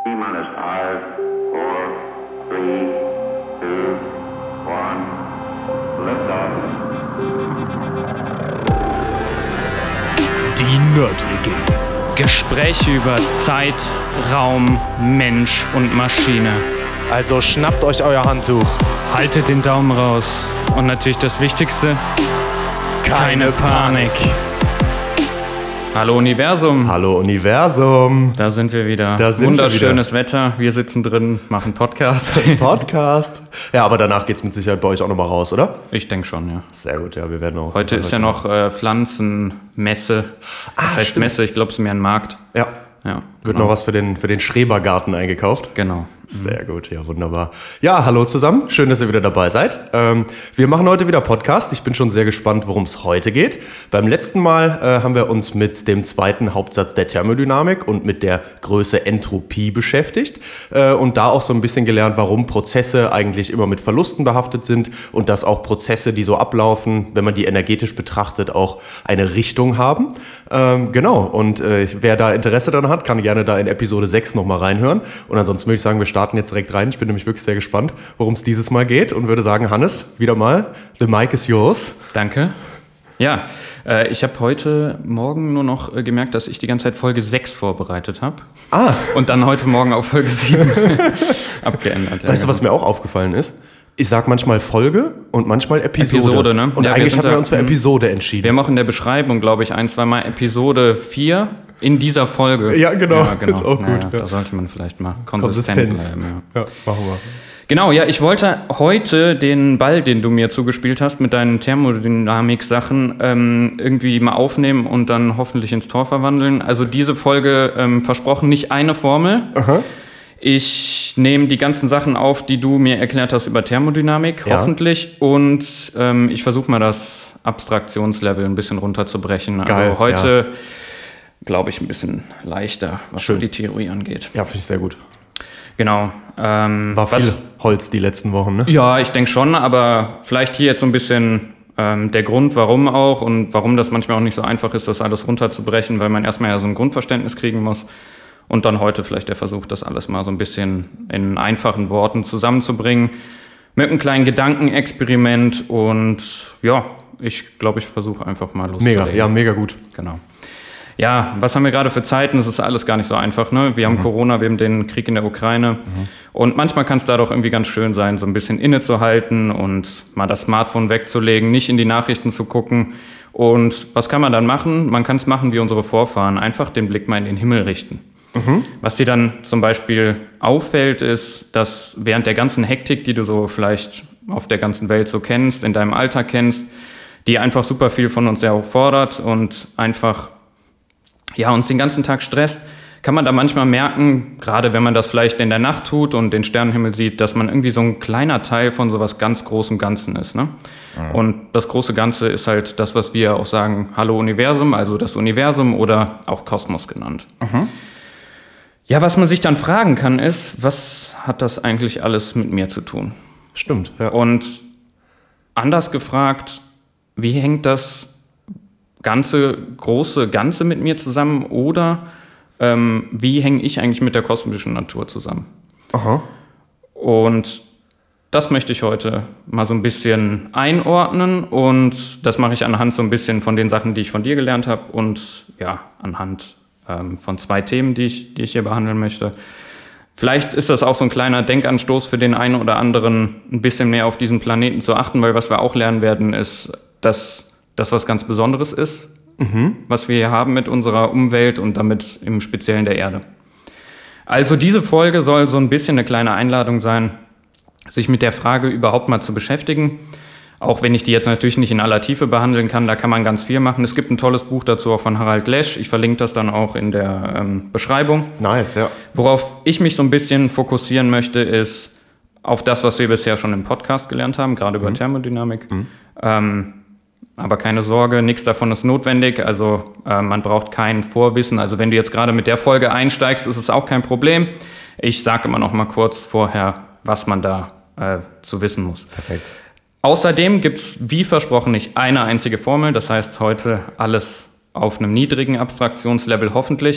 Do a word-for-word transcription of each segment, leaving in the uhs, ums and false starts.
T-minus five, four, three, two, one, liftoff. Die Nerd-W G. Gespräche über Zeit, Raum, Mensch und Maschine. Also schnappt euch euer Handtuch. Haltet den Daumen raus. Und natürlich das Wichtigste, keine, keine Panik. Panik. Hallo Universum. Hallo Universum. Da sind wir wieder. Da sind Wunderschönes wir wieder. Wetter. Wir sitzen drin, machen Podcast. Podcast. Ja, aber danach geht es mit Sicherheit bei euch auch nochmal raus, oder? Ich denke schon, ja. Sehr gut, ja, wir werden auch. Heute ist ja noch äh, Pflanzenmesse. Das ah, heißt stimmt. Messe, ich glaube, es ist mehr ein Markt. Ja. Ja, Wird genau. noch was für den, für den Schrebergarten eingekauft. Genau. Sehr gut, ja, wunderbar. Ja, hallo zusammen, schön, dass ihr wieder dabei seid. Ähm, wir machen heute wieder Podcast. Ich bin schon sehr gespannt, worum es heute geht. Beim letzten Mal äh, haben wir uns mit dem zweiten Hauptsatz der Thermodynamik und mit der Größe Entropie beschäftigt äh, und da auch so ein bisschen gelernt, warum Prozesse eigentlich immer mit Verlusten behaftet sind und dass auch Prozesse, die so ablaufen, wenn man die energetisch betrachtet, auch eine Richtung haben. Ähm, genau, und äh, wer da Interesse daran hat, kann gerne da in Episode sechs nochmal reinhören. Und ansonsten würde ich sagen, wir starten jetzt direkt rein. Ich bin nämlich wirklich sehr gespannt, worum es dieses Mal geht und würde sagen, Hannes, wieder mal, the mic is yours. Danke. Ja, äh, ich habe heute Morgen nur noch äh, gemerkt, dass ich die ganze Zeit Folge sechs vorbereitet habe. Ah. Und dann heute Morgen auf Folge sieben abgeändert. Weißt du, was mir auch aufgefallen ist? Ich sag manchmal Folge und manchmal Episode. Episode, ne? Und ja, eigentlich wir haben wir uns für m- Episode entschieden. Wir haben auch in der Beschreibung, glaube ich, ein, zwei Mal Episode vier in dieser Folge. Ja, genau. Ja, genau. Ist auch naja, gut. Ja. Da sollte man vielleicht mal konsistent Konsistenz. bleiben. Ja. ja, machen wir. Genau, ja, ich wollte heute den Ball, den du mir zugespielt hast mit deinen Thermodynamik-Sachen, ähm, irgendwie mal aufnehmen und dann hoffentlich ins Tor verwandeln. Also diese Folge, ähm, versprochen, nicht eine Formel. Aha. Ich nehme die ganzen Sachen auf, die du mir erklärt hast über Thermodynamik, ja. hoffentlich. Und ähm, ich versuche mal das Abstraktionslevel ein bisschen runterzubrechen. Geil, also heute, ja. glaube ich, ein bisschen leichter, was Schön. für die Theorie angeht. Ja, finde ich sehr gut. Genau. Ähm, War viel was, Holz die letzten Wochen, ne? Ja, ich denke schon, aber vielleicht hier jetzt so ein bisschen ähm, der Grund, warum auch und warum das manchmal auch nicht so einfach ist, das alles runterzubrechen, weil man erstmal ja so ein Grundverständnis kriegen muss. Und dann heute vielleicht der Versuch, das alles mal so ein bisschen in einfachen Worten zusammenzubringen. Mit einem kleinen Gedankenexperiment. Und ja, ich glaube, ich versuche einfach mal loszulegen. Mega, ja, mega gut. Genau. Ja, was haben wir gerade für Zeiten? Das ist alles gar nicht so einfach, ne? Wir haben mhm. Corona, wir haben den Krieg in der Ukraine. Mhm. Und manchmal kann es da doch irgendwie ganz schön sein, so ein bisschen innezuhalten und mal das Smartphone wegzulegen, nicht in die Nachrichten zu gucken. Und was kann man dann machen? Man kann es machen wie unsere Vorfahren, einfach den Blick mal in den Himmel richten. Mhm. Was dir dann zum Beispiel auffällt, ist, dass während der ganzen Hektik, die du so vielleicht auf der ganzen Welt so kennst, in deinem Alltag kennst, die einfach super viel von uns ja auch fordert und einfach ja, uns den ganzen Tag stresst, kann man da manchmal merken, gerade wenn man das vielleicht in der Nacht tut und den Sternenhimmel sieht, dass man irgendwie so ein kleiner Teil von so was ganz großem Ganzen ist. Ne? Mhm. Und das große Ganze ist halt das, was wir auch sagen, Hallo Universum, also das Universum oder auch Kosmos genannt. Mhm. Ja, was man sich dann fragen kann, ist, was hat das eigentlich alles mit mir zu tun? Stimmt, ja. Und anders gefragt, wie hängt das ganze, große Ganze mit mir zusammen oder ähm, wie hänge ich eigentlich mit der kosmischen Natur zusammen? Aha. Und das möchte ich heute mal so ein bisschen einordnen und das mache ich anhand so ein bisschen von den Sachen, die ich von dir gelernt habe und ja, anhand ähm, von zwei Themen, die ich, die ich hier behandeln möchte. Vielleicht ist das auch so ein kleiner Denkanstoß für den einen oder anderen, ein bisschen mehr auf diesen Planeten zu achten, weil was wir auch lernen werden, ist, dass das was ganz Besonderes ist, mhm. was wir hier haben mit unserer Umwelt und damit im Speziellen der Erde. Also diese Folge soll so ein bisschen eine kleine Einladung sein, sich mit der Frage überhaupt mal zu beschäftigen. Auch wenn ich die jetzt natürlich nicht in aller Tiefe behandeln kann, da kann man ganz viel machen. Es gibt ein tolles Buch dazu auch von Harald Lesch. Ich verlinke das dann auch in der ähm, Beschreibung. Nice, ja. Worauf ich mich so ein bisschen fokussieren möchte, ist auf das, was wir bisher schon im Podcast gelernt haben, gerade mhm. über Thermodynamik. Mhm. Ähm, aber keine Sorge, nichts davon ist notwendig. Also äh, man braucht kein Vorwissen. Also wenn du jetzt gerade mit der Folge einsteigst, ist es auch kein Problem. Ich sage immer noch mal kurz vorher, was man da äh, zu wissen muss. Perfekt. Außerdem gibt es, wie versprochen, nicht eine einzige Formel. Das heißt, heute alles auf einem niedrigen Abstraktionslevel hoffentlich.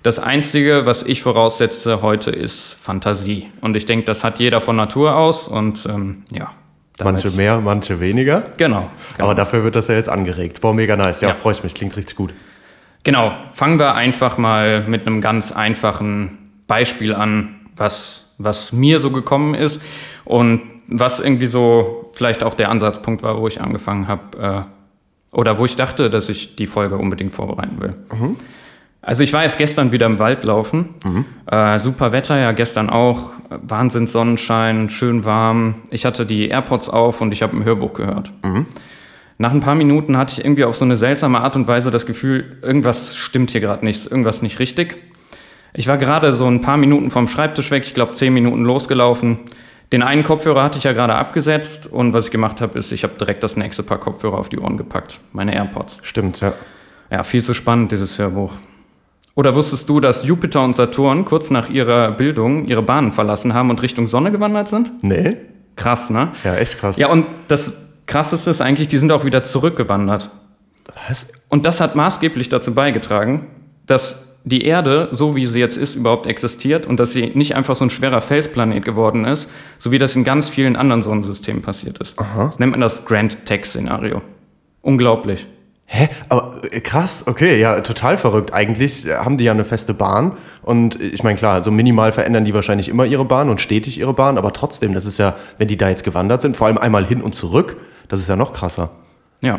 Das Einzige, was ich voraussetze heute, ist Fantasie. Und ich denke, das hat jeder von Natur aus und ähm, ja. Manche mehr, manche weniger. Genau, genau. Aber dafür wird das ja jetzt angeregt. Boah, mega nice. Ja, Ja. freue ich mich. Klingt richtig gut. Genau, fangen wir einfach mal mit einem ganz einfachen Beispiel an, was, was mir so gekommen ist und was irgendwie so vielleicht auch der Ansatzpunkt war, wo ich angefangen habe äh, oder wo ich dachte, dass ich die Folge unbedingt vorbereiten will. Mhm. Also ich war jetzt gestern wieder im Wald laufen, mhm. äh, super Wetter, ja gestern auch, Wahnsinns Sonnenschein, schön warm. Ich hatte die AirPods auf und ich habe ein Hörbuch gehört. Mhm. Nach ein paar Minuten hatte ich irgendwie auf so eine seltsame Art und Weise das Gefühl, irgendwas stimmt hier gerade nicht, irgendwas nicht richtig. Ich war gerade so ein paar Minuten vom Schreibtisch weg, ich glaube zehn Minuten losgelaufen. Den einen Kopfhörer hatte ich ja gerade abgesetzt und was ich gemacht habe, ist, ich habe direkt das nächste Paar Kopfhörer auf die Ohren gepackt, meine AirPods. Stimmt, ja. Ja, viel zu spannend, dieses Hörbuch. Oder wusstest du, dass Jupiter und Saturn kurz nach ihrer Bildung ihre Bahnen verlassen haben und Richtung Sonne gewandert sind? Nee. Krass, ne? Ja, echt krass. Ja, und das Krasseste ist eigentlich, die sind auch wieder zurückgewandert. Was? Und das hat maßgeblich dazu beigetragen, dass die Erde, so wie sie jetzt ist, überhaupt existiert und dass sie nicht einfach so ein schwerer Felsplanet geworden ist, so wie das in ganz vielen anderen Sonnensystemen passiert ist. Aha. Das nennt man das Grand-Tech-Szenario. Unglaublich. Hä? Aber äh, krass, okay, ja, total verrückt. Eigentlich äh, haben die ja eine feste Bahn und äh, ich meine, klar, so minimal verändern die wahrscheinlich immer ihre Bahn und stetig ihre Bahn, aber trotzdem, das ist ja, wenn die da jetzt gewandert sind, vor allem einmal hin und zurück, das ist ja noch krasser. Ja.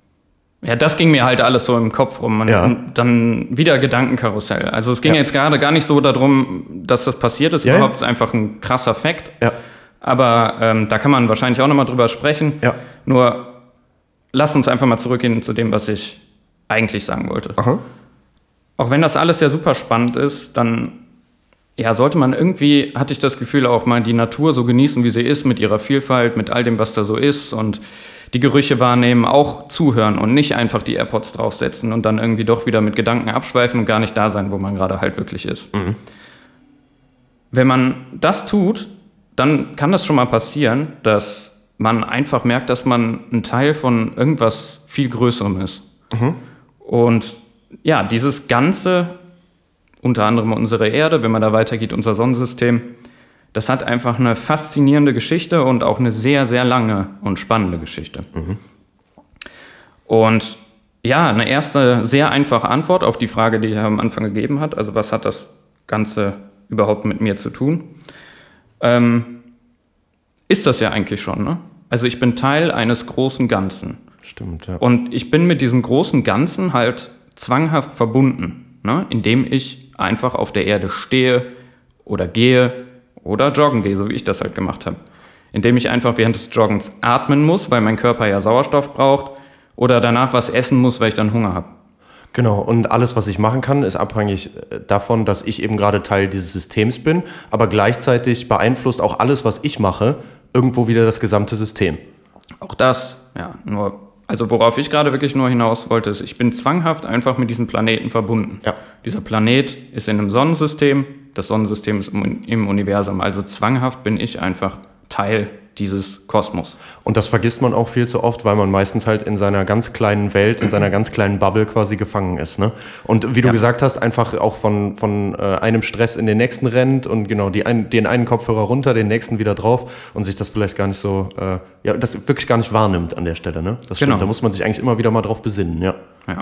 Ja, das ging mir halt alles so im Kopf rum. Und Ja. dann wieder Gedankenkarussell. Also es ging Ja. jetzt gerade gar nicht so darum, dass das passiert ist. Ja, Überhaupt ja. ist einfach ein krasser Fakt. Ja. Aber ähm, da kann man wahrscheinlich auch nochmal drüber sprechen. Ja. Nur lass uns einfach mal zurückgehen zu dem, was ich eigentlich sagen wollte. Aha. Auch wenn das alles ja super spannend ist, dann ja, sollte man irgendwie, hatte ich das Gefühl, auch mal die Natur so genießen, wie sie ist, mit ihrer Vielfalt, mit all dem, was da so ist und die Gerüche wahrnehmen, auch zuhören und nicht einfach die AirPods draufsetzen und dann irgendwie doch wieder mit Gedanken abschweifen und gar nicht da sein, wo man gerade halt wirklich ist. Mhm. Wenn man das tut, dann kann das schon mal passieren, dass man einfach merkt, dass man ein Teil von irgendwas viel Größerem ist. Mhm. Und ja, dieses Ganze, unter anderem unsere Erde, wenn man da weitergeht, unser Sonnensystem, das hat einfach eine faszinierende Geschichte und auch eine sehr, sehr lange und spannende Geschichte. Mhm. Und ja, eine erste sehr einfache Antwort auf die Frage, die er am Anfang gegeben hat, also was hat das Ganze überhaupt mit mir zu tun, ähm, ist das ja eigentlich schon, ne? Also ich bin Teil eines großen Ganzen. Stimmt, ja. Und ich bin mit diesem großen Ganzen halt zwanghaft verbunden, ne? Indem ich einfach auf der Erde stehe oder gehe oder joggen gehe, so wie ich das halt gemacht habe. Indem ich einfach während des Joggens atmen muss, weil mein Körper ja Sauerstoff braucht, oder danach was essen muss, weil ich dann Hunger habe. Genau, und alles, was ich machen kann, ist abhängig davon, dass ich eben gerade Teil dieses Systems bin, aber gleichzeitig beeinflusst auch alles, was ich mache, irgendwo wieder das gesamte System. Auch das, ja, nur, also worauf ich gerade wirklich nur hinaus wollte, ist, ich bin zwanghaft einfach mit diesem Planeten verbunden. Ja. Dieser Planet ist in einem Sonnensystem, das Sonnensystem ist im Universum, also zwanghaft bin ich einfach Teil dieses Kosmos. Und das vergisst man auch viel zu oft, weil man meistens halt in seiner ganz kleinen Welt, in seiner ganz kleinen Bubble quasi gefangen ist. Ne? Und wie du ja. gesagt hast, einfach auch von, von äh, einem Stress in den nächsten rennt und genau die ein, den einen Kopfhörer runter, den nächsten wieder drauf und sich das vielleicht gar nicht so, äh, ja, das wirklich gar nicht wahrnimmt an der Stelle. Ne? Das stimmt, genau. Da muss man sich eigentlich immer wieder mal drauf besinnen. Ja. Ja.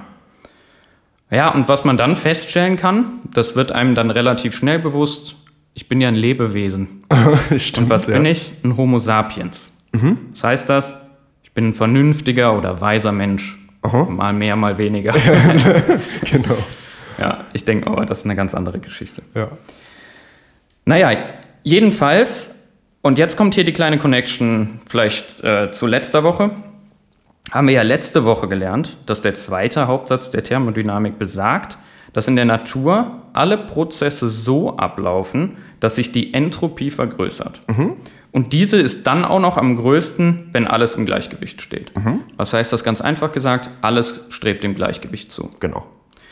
Ja, und was man dann feststellen kann, das wird einem dann relativ schnell bewusst, ich bin ja ein Lebewesen. Stimmt, und was ja. bin ich? Ein Homo sapiens. Mhm. Was heißt das? Ich bin ein vernünftiger oder weiser Mensch. Aha. Mal mehr, mal weniger. Genau. Ja, ich denke aber, das ist eine ganz andere Geschichte. Ja. Naja, jedenfalls, und jetzt kommt hier die kleine Connection vielleicht äh, zu letzter Woche, haben wir ja letzte Woche gelernt, dass der zweite Hauptsatz der Thermodynamik besagt, dass in der Natur alle Prozesse so ablaufen, dass sich die Entropie vergrößert. Mhm. Und diese ist dann auch noch am größten, wenn alles im Gleichgewicht steht. Mhm. Was heißt das ganz einfach gesagt? Alles strebt dem Gleichgewicht zu. Genau.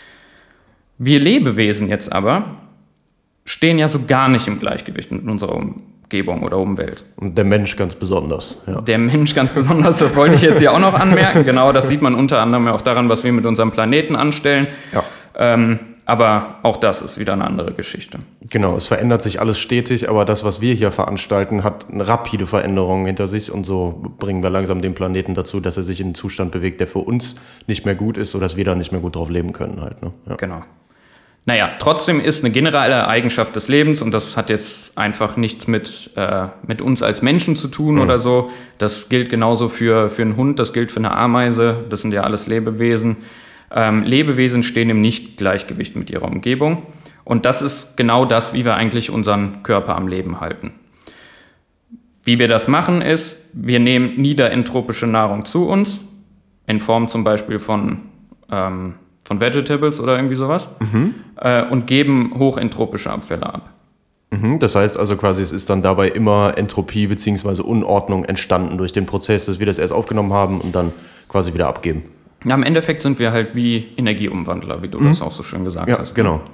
Wir Lebewesen jetzt aber stehen ja so gar nicht im Gleichgewicht mit unserer Umgebung oder Umwelt. Und der Mensch ganz besonders. Ja. Der Mensch ganz besonders, das wollte ich jetzt hier auch noch anmerken. Genau, das sieht man unter anderem auch daran, was wir mit unserem Planeten anstellen. Ja. Ähm, aber auch das ist wieder eine andere Geschichte. Genau, es verändert sich alles stetig, aber das, was wir hier veranstalten, hat eine rapide Veränderung hinter sich und so bringen wir langsam den Planeten dazu, dass er sich in einen Zustand bewegt, der für uns nicht mehr gut ist, sodass wir da nicht mehr gut drauf leben können halt. Ne? Ja. Genau. Naja, trotzdem ist eine generelle Eigenschaft des Lebens, und das hat jetzt einfach nichts mit, äh, mit uns als Menschen zu tun mhm. oder so. Das gilt genauso für, für einen Hund, das gilt für eine Ameise, das sind ja alles Lebewesen. Ähm, Lebewesen stehen im Nicht-Gleichgewicht mit ihrer Umgebung. Und das ist genau das, wie wir eigentlich unseren Körper am Leben halten. Wie wir das machen ist, wir nehmen niederentropische Nahrung zu uns, in Form zum Beispiel von, ähm, von Vegetables oder irgendwie sowas, mhm. äh, und geben hochentropische Abfälle ab. Mhm, das heißt also quasi, es ist dann dabei immer Entropie bzw. Unordnung entstanden durch den Prozess, dass wir das erst aufgenommen haben und dann quasi wieder abgeben. Ja, im Endeffekt sind wir halt wie Energieumwandler, wie du mhm. das auch so schön gesagt ja, hast. Ja, genau.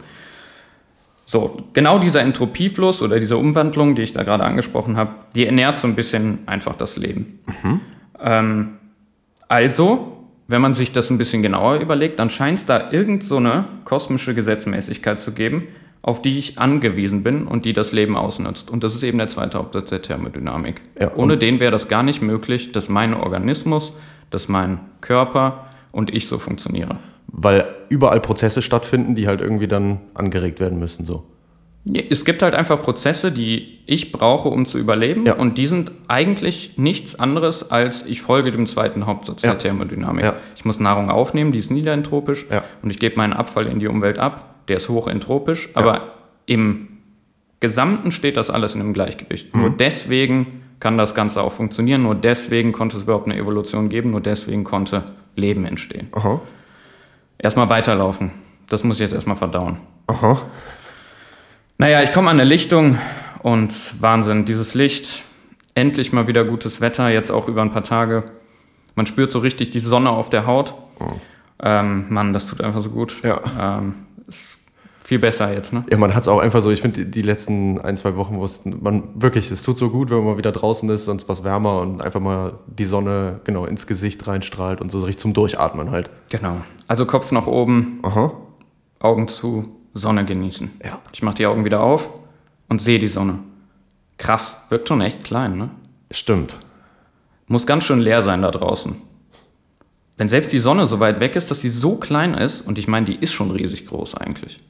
So, genau dieser Entropiefluss oder diese Umwandlung, die ich da gerade angesprochen habe, die ernährt so ein bisschen einfach das Leben. Mhm. Ähm, also, wenn man sich das ein bisschen genauer überlegt, dann scheint es da irgend so eine kosmische Gesetzmäßigkeit zu geben, auf die ich angewiesen bin und die das Leben ausnutzt. Und das ist eben der zweite Hauptsatz der Thermodynamik. Ja, ohne den wäre das gar nicht möglich, dass mein Organismus, dass mein Körper und ich so funktioniere. Weil überall Prozesse stattfinden, die halt irgendwie dann angeregt werden müssen, so. Es gibt halt einfach Prozesse, die ich brauche, um zu überleben. Ja. Und die sind eigentlich nichts anderes, als ich folge dem zweiten Hauptsatz ja. der Thermodynamik. Ja. Ich muss Nahrung aufnehmen, die ist niederentropisch. Ja. Und ich gebe meinen Abfall in die Umwelt ab, der ist hochentropisch. Aber ja. im Gesamten steht das alles in einem Gleichgewicht. Mhm. Nur deswegen kann das Ganze auch funktionieren. Nur deswegen konnte es überhaupt eine Evolution geben. Nur deswegen konnte Leben entstehen. Aha. Erstmal weiterlaufen. Das muss ich jetzt erstmal verdauen. Aha. Naja, ich komme an eine Lichtung und Wahnsinn, dieses Licht, endlich mal wieder gutes Wetter, jetzt auch über ein paar Tage. Man spürt so richtig die Sonne auf der Haut. Oh. Ähm, Mann, das tut einfach so gut. Ja. Ähm, ist viel besser jetzt, ne? Ja, man hat es auch einfach so, ich finde, die, die letzten ein, zwei Wochen, wo es man wirklich, es tut so gut, wenn man mal wieder draußen ist, sonst was wärmer und einfach mal die Sonne genau ins Gesicht reinstrahlt und so richtig zum Durchatmen halt. Genau. Also Kopf nach oben, aha. Augen zu, Sonne genießen. Ja. Ich mache die Augen wieder auf und sehe die Sonne. Krass, wirkt schon echt klein, ne? Stimmt. Muss ganz schön leer sein da draußen. Wenn selbst die Sonne so weit weg ist, dass sie so klein ist, und ich meine, die ist schon riesig groß eigentlich.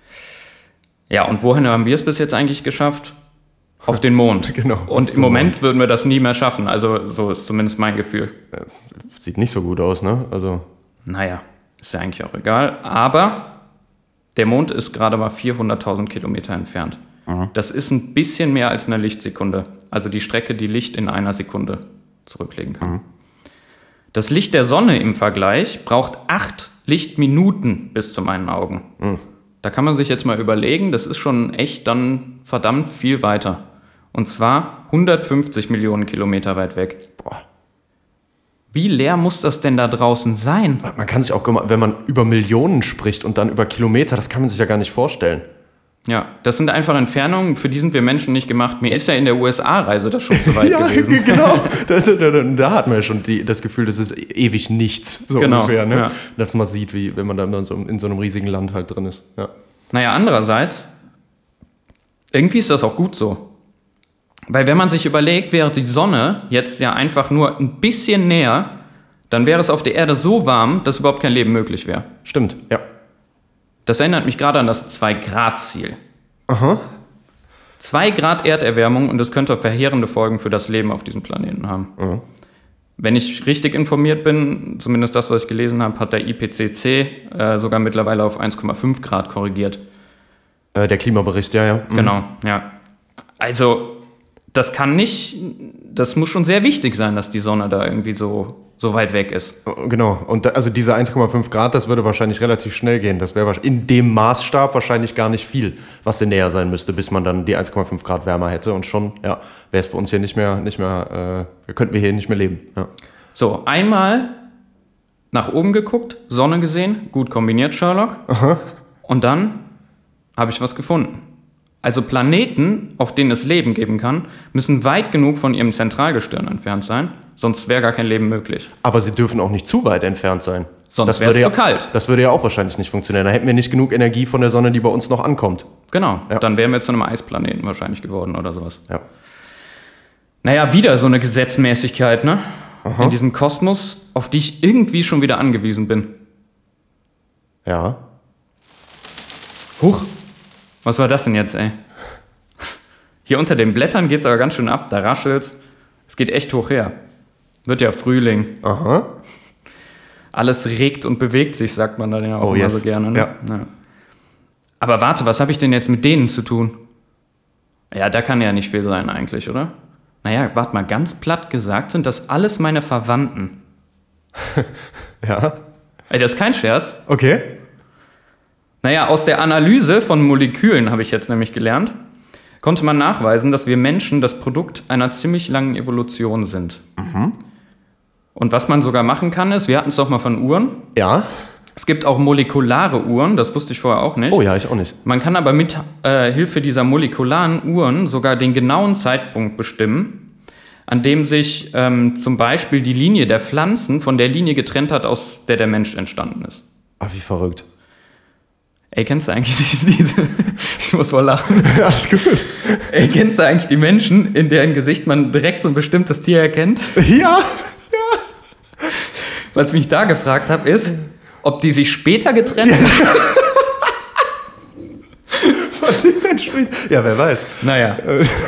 Ja, und wohin haben wir es bis jetzt eigentlich geschafft? Auf den Mond. Genau. Und im Moment Mond. Würden wir das nie mehr schaffen. Also so ist zumindest mein Gefühl. Sieht nicht so gut aus, ne? Also. Naja, ist ja eigentlich auch egal. Aber der Mond ist gerade mal vierhunderttausend Kilometer entfernt. Mhm. Das ist ein bisschen mehr als eine Lichtsekunde. Also die Strecke, die Licht in einer Sekunde zurücklegen kann. Mhm. Das Licht der Sonne im Vergleich braucht acht Lichtminuten bis zu meinen Augen. Mhm. Da kann man sich jetzt mal überlegen, das ist schon echt dann verdammt viel weiter. Und zwar hundertfünfzig Millionen Kilometer weit weg. Boah. Wie leer muss das denn da draußen sein? Man kann sich auch, wenn man über Millionen spricht und dann über Kilometer, das kann man sich ja gar nicht vorstellen. Ja, das sind einfach Entfernungen, für die sind wir Menschen nicht gemacht. Mir ist ja in der U S A-Reise das schon so weit ja, gewesen. Genau, das, da, da hat man ja schon die, das Gefühl, das ist ewig nichts, so genau, ungefähr. Ne? Ja. Dass man sieht, wie, wenn man dann so in so einem riesigen Land halt drin ist. Ja. Naja, andererseits, irgendwie ist das auch gut so. Weil wenn man sich überlegt, wäre die Sonne jetzt ja einfach nur ein bisschen näher, dann wäre es auf der Erde so warm, dass überhaupt kein Leben möglich wäre. Stimmt, ja. Das erinnert mich gerade an das zwei Grad Ziel. Aha. zwei Grad Erderwärmung und das könnte verheerende Folgen für das Leben auf diesem Planeten haben. Mhm. Wenn ich richtig informiert bin, zumindest das, was ich gelesen habe, hat der I P C C äh, sogar mittlerweile auf eins Komma fünf Grad korrigiert. Äh, der Klimabericht, ja, ja. Mhm. Genau, ja. Also, das kann nicht, das muss schon sehr wichtig sein, dass die Sonne da irgendwie so, so weit weg ist. Genau, und da, also diese eins Komma fünf Grad, das würde wahrscheinlich relativ schnell gehen. Das wäre in dem Maßstab wahrscheinlich gar nicht viel, was denn näher sein müsste, bis man dann die eins Komma fünf Grad wärmer hätte. Und schon, ja, wäre es für uns hier nicht mehr, nicht mehr, äh, könnten wir hier nicht mehr leben. Ja. So, einmal nach oben geguckt, Sonne gesehen, gut kombiniert, Sherlock. Aha. Und dann habe ich was gefunden. Also Planeten, auf denen es Leben geben kann, müssen weit genug von ihrem Zentralgestirn entfernt sein, sonst wäre gar kein Leben möglich. Aber sie dürfen auch nicht zu weit entfernt sein. Sonst wäre es ja, zu kalt. Das würde ja auch wahrscheinlich nicht funktionieren. Da hätten wir nicht genug Energie von der Sonne, die bei uns noch ankommt. Genau, ja. Dann wären wir zu einem Eisplaneten wahrscheinlich geworden oder sowas. Ja. Naja, wieder so eine Gesetzmäßigkeit, ne? Aha. In diesem Kosmos, auf die ich irgendwie schon wieder angewiesen bin. Ja. Huch, was war das denn jetzt, ey? Hier unter den Blättern geht's aber ganz schön ab, da raschelt's. Es geht echt hoch her. Wird ja Frühling. Aha. Alles regt und bewegt sich, sagt man dann ja auch oh, immer yes. so gerne. Ne? Ja. Ja. Aber warte, was habe ich denn jetzt mit denen zu tun? Ja, da kann ja nicht viel sein eigentlich, oder? Naja, warte mal, ganz platt gesagt sind das alles meine Verwandten. Ja. Ey, das ist kein Scherz. Okay. Naja, aus der Analyse von Molekülen, habe ich jetzt nämlich gelernt, konnte man nachweisen, dass wir Menschen das Produkt einer ziemlich langen Evolution sind. Mhm. Und was man sogar machen kann, ist, wir hatten es doch mal von Uhren. Ja. Es gibt auch molekulare Uhren, das wusste ich vorher auch nicht. Oh ja, ich auch nicht. Man kann aber mit äh, Hilfe dieser molekularen Uhren sogar den genauen Zeitpunkt bestimmen, an dem sich ähm, zum Beispiel die Linie der Pflanzen von der Linie getrennt hat, aus der der Mensch entstanden ist. Ah, wie verrückt. Ey, kennst du eigentlich diese... Ich muss voll lachen. Ja, ist gut. Ey, kennst du eigentlich die Menschen, in deren Gesicht man direkt so ein bestimmtes Tier erkennt? Ja. Was ich mich da gefragt habe, ist, ob die sich später getrennt haben. Ja, wer weiß. Naja.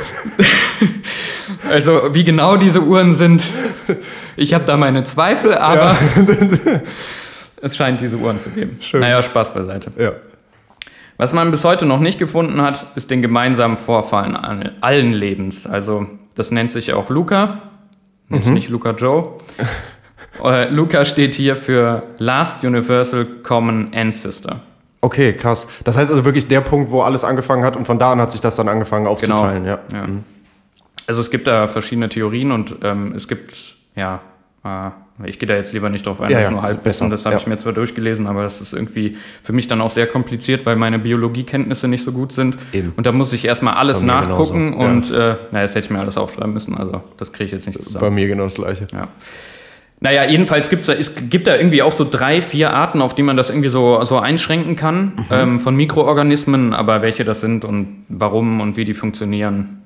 Also, wie genau diese Uhren sind, ich habe da meine Zweifel, aber ja. Es scheint diese Uhren zu geben. Schön. Naja, Spaß beiseite. Ja. Was man bis heute noch nicht gefunden hat, ist den gemeinsamen Vorfallen allen Lebens. Also, das nennt sich auch Luca, jetzt mhm. nicht Luca Joe. äh, Luca steht hier für Last Universal Common Ancestor. Okay, krass. Das heißt also wirklich der Punkt, wo alles angefangen hat und von da an hat sich das dann angefangen aufzuteilen. Genau. Ja. Ja. Mhm. Also es gibt da verschiedene Theorien und ähm, es gibt, ja, äh, ich gehe da jetzt lieber nicht drauf ein, ja, das ist ja, nur Halbwissen, das habe ja. ich mir zwar durchgelesen, aber das ist irgendwie für mich dann auch sehr kompliziert, weil meine Biologiekenntnisse nicht so gut sind. Eben. Und da muss ich erstmal alles Bei mir nachgucken genauso. und ja. äh, na, jetzt hätte ich mir alles aufschreiben müssen, also das kriege ich jetzt nicht zusammen. Bei mir genau das Gleiche. Ja. Naja, jedenfalls gibt's da, es gibt da irgendwie auch so drei, vier Arten, auf die man das irgendwie so, so einschränken kann, mhm. ähm, von Mikroorganismen, aber welche das sind und warum und wie die funktionieren,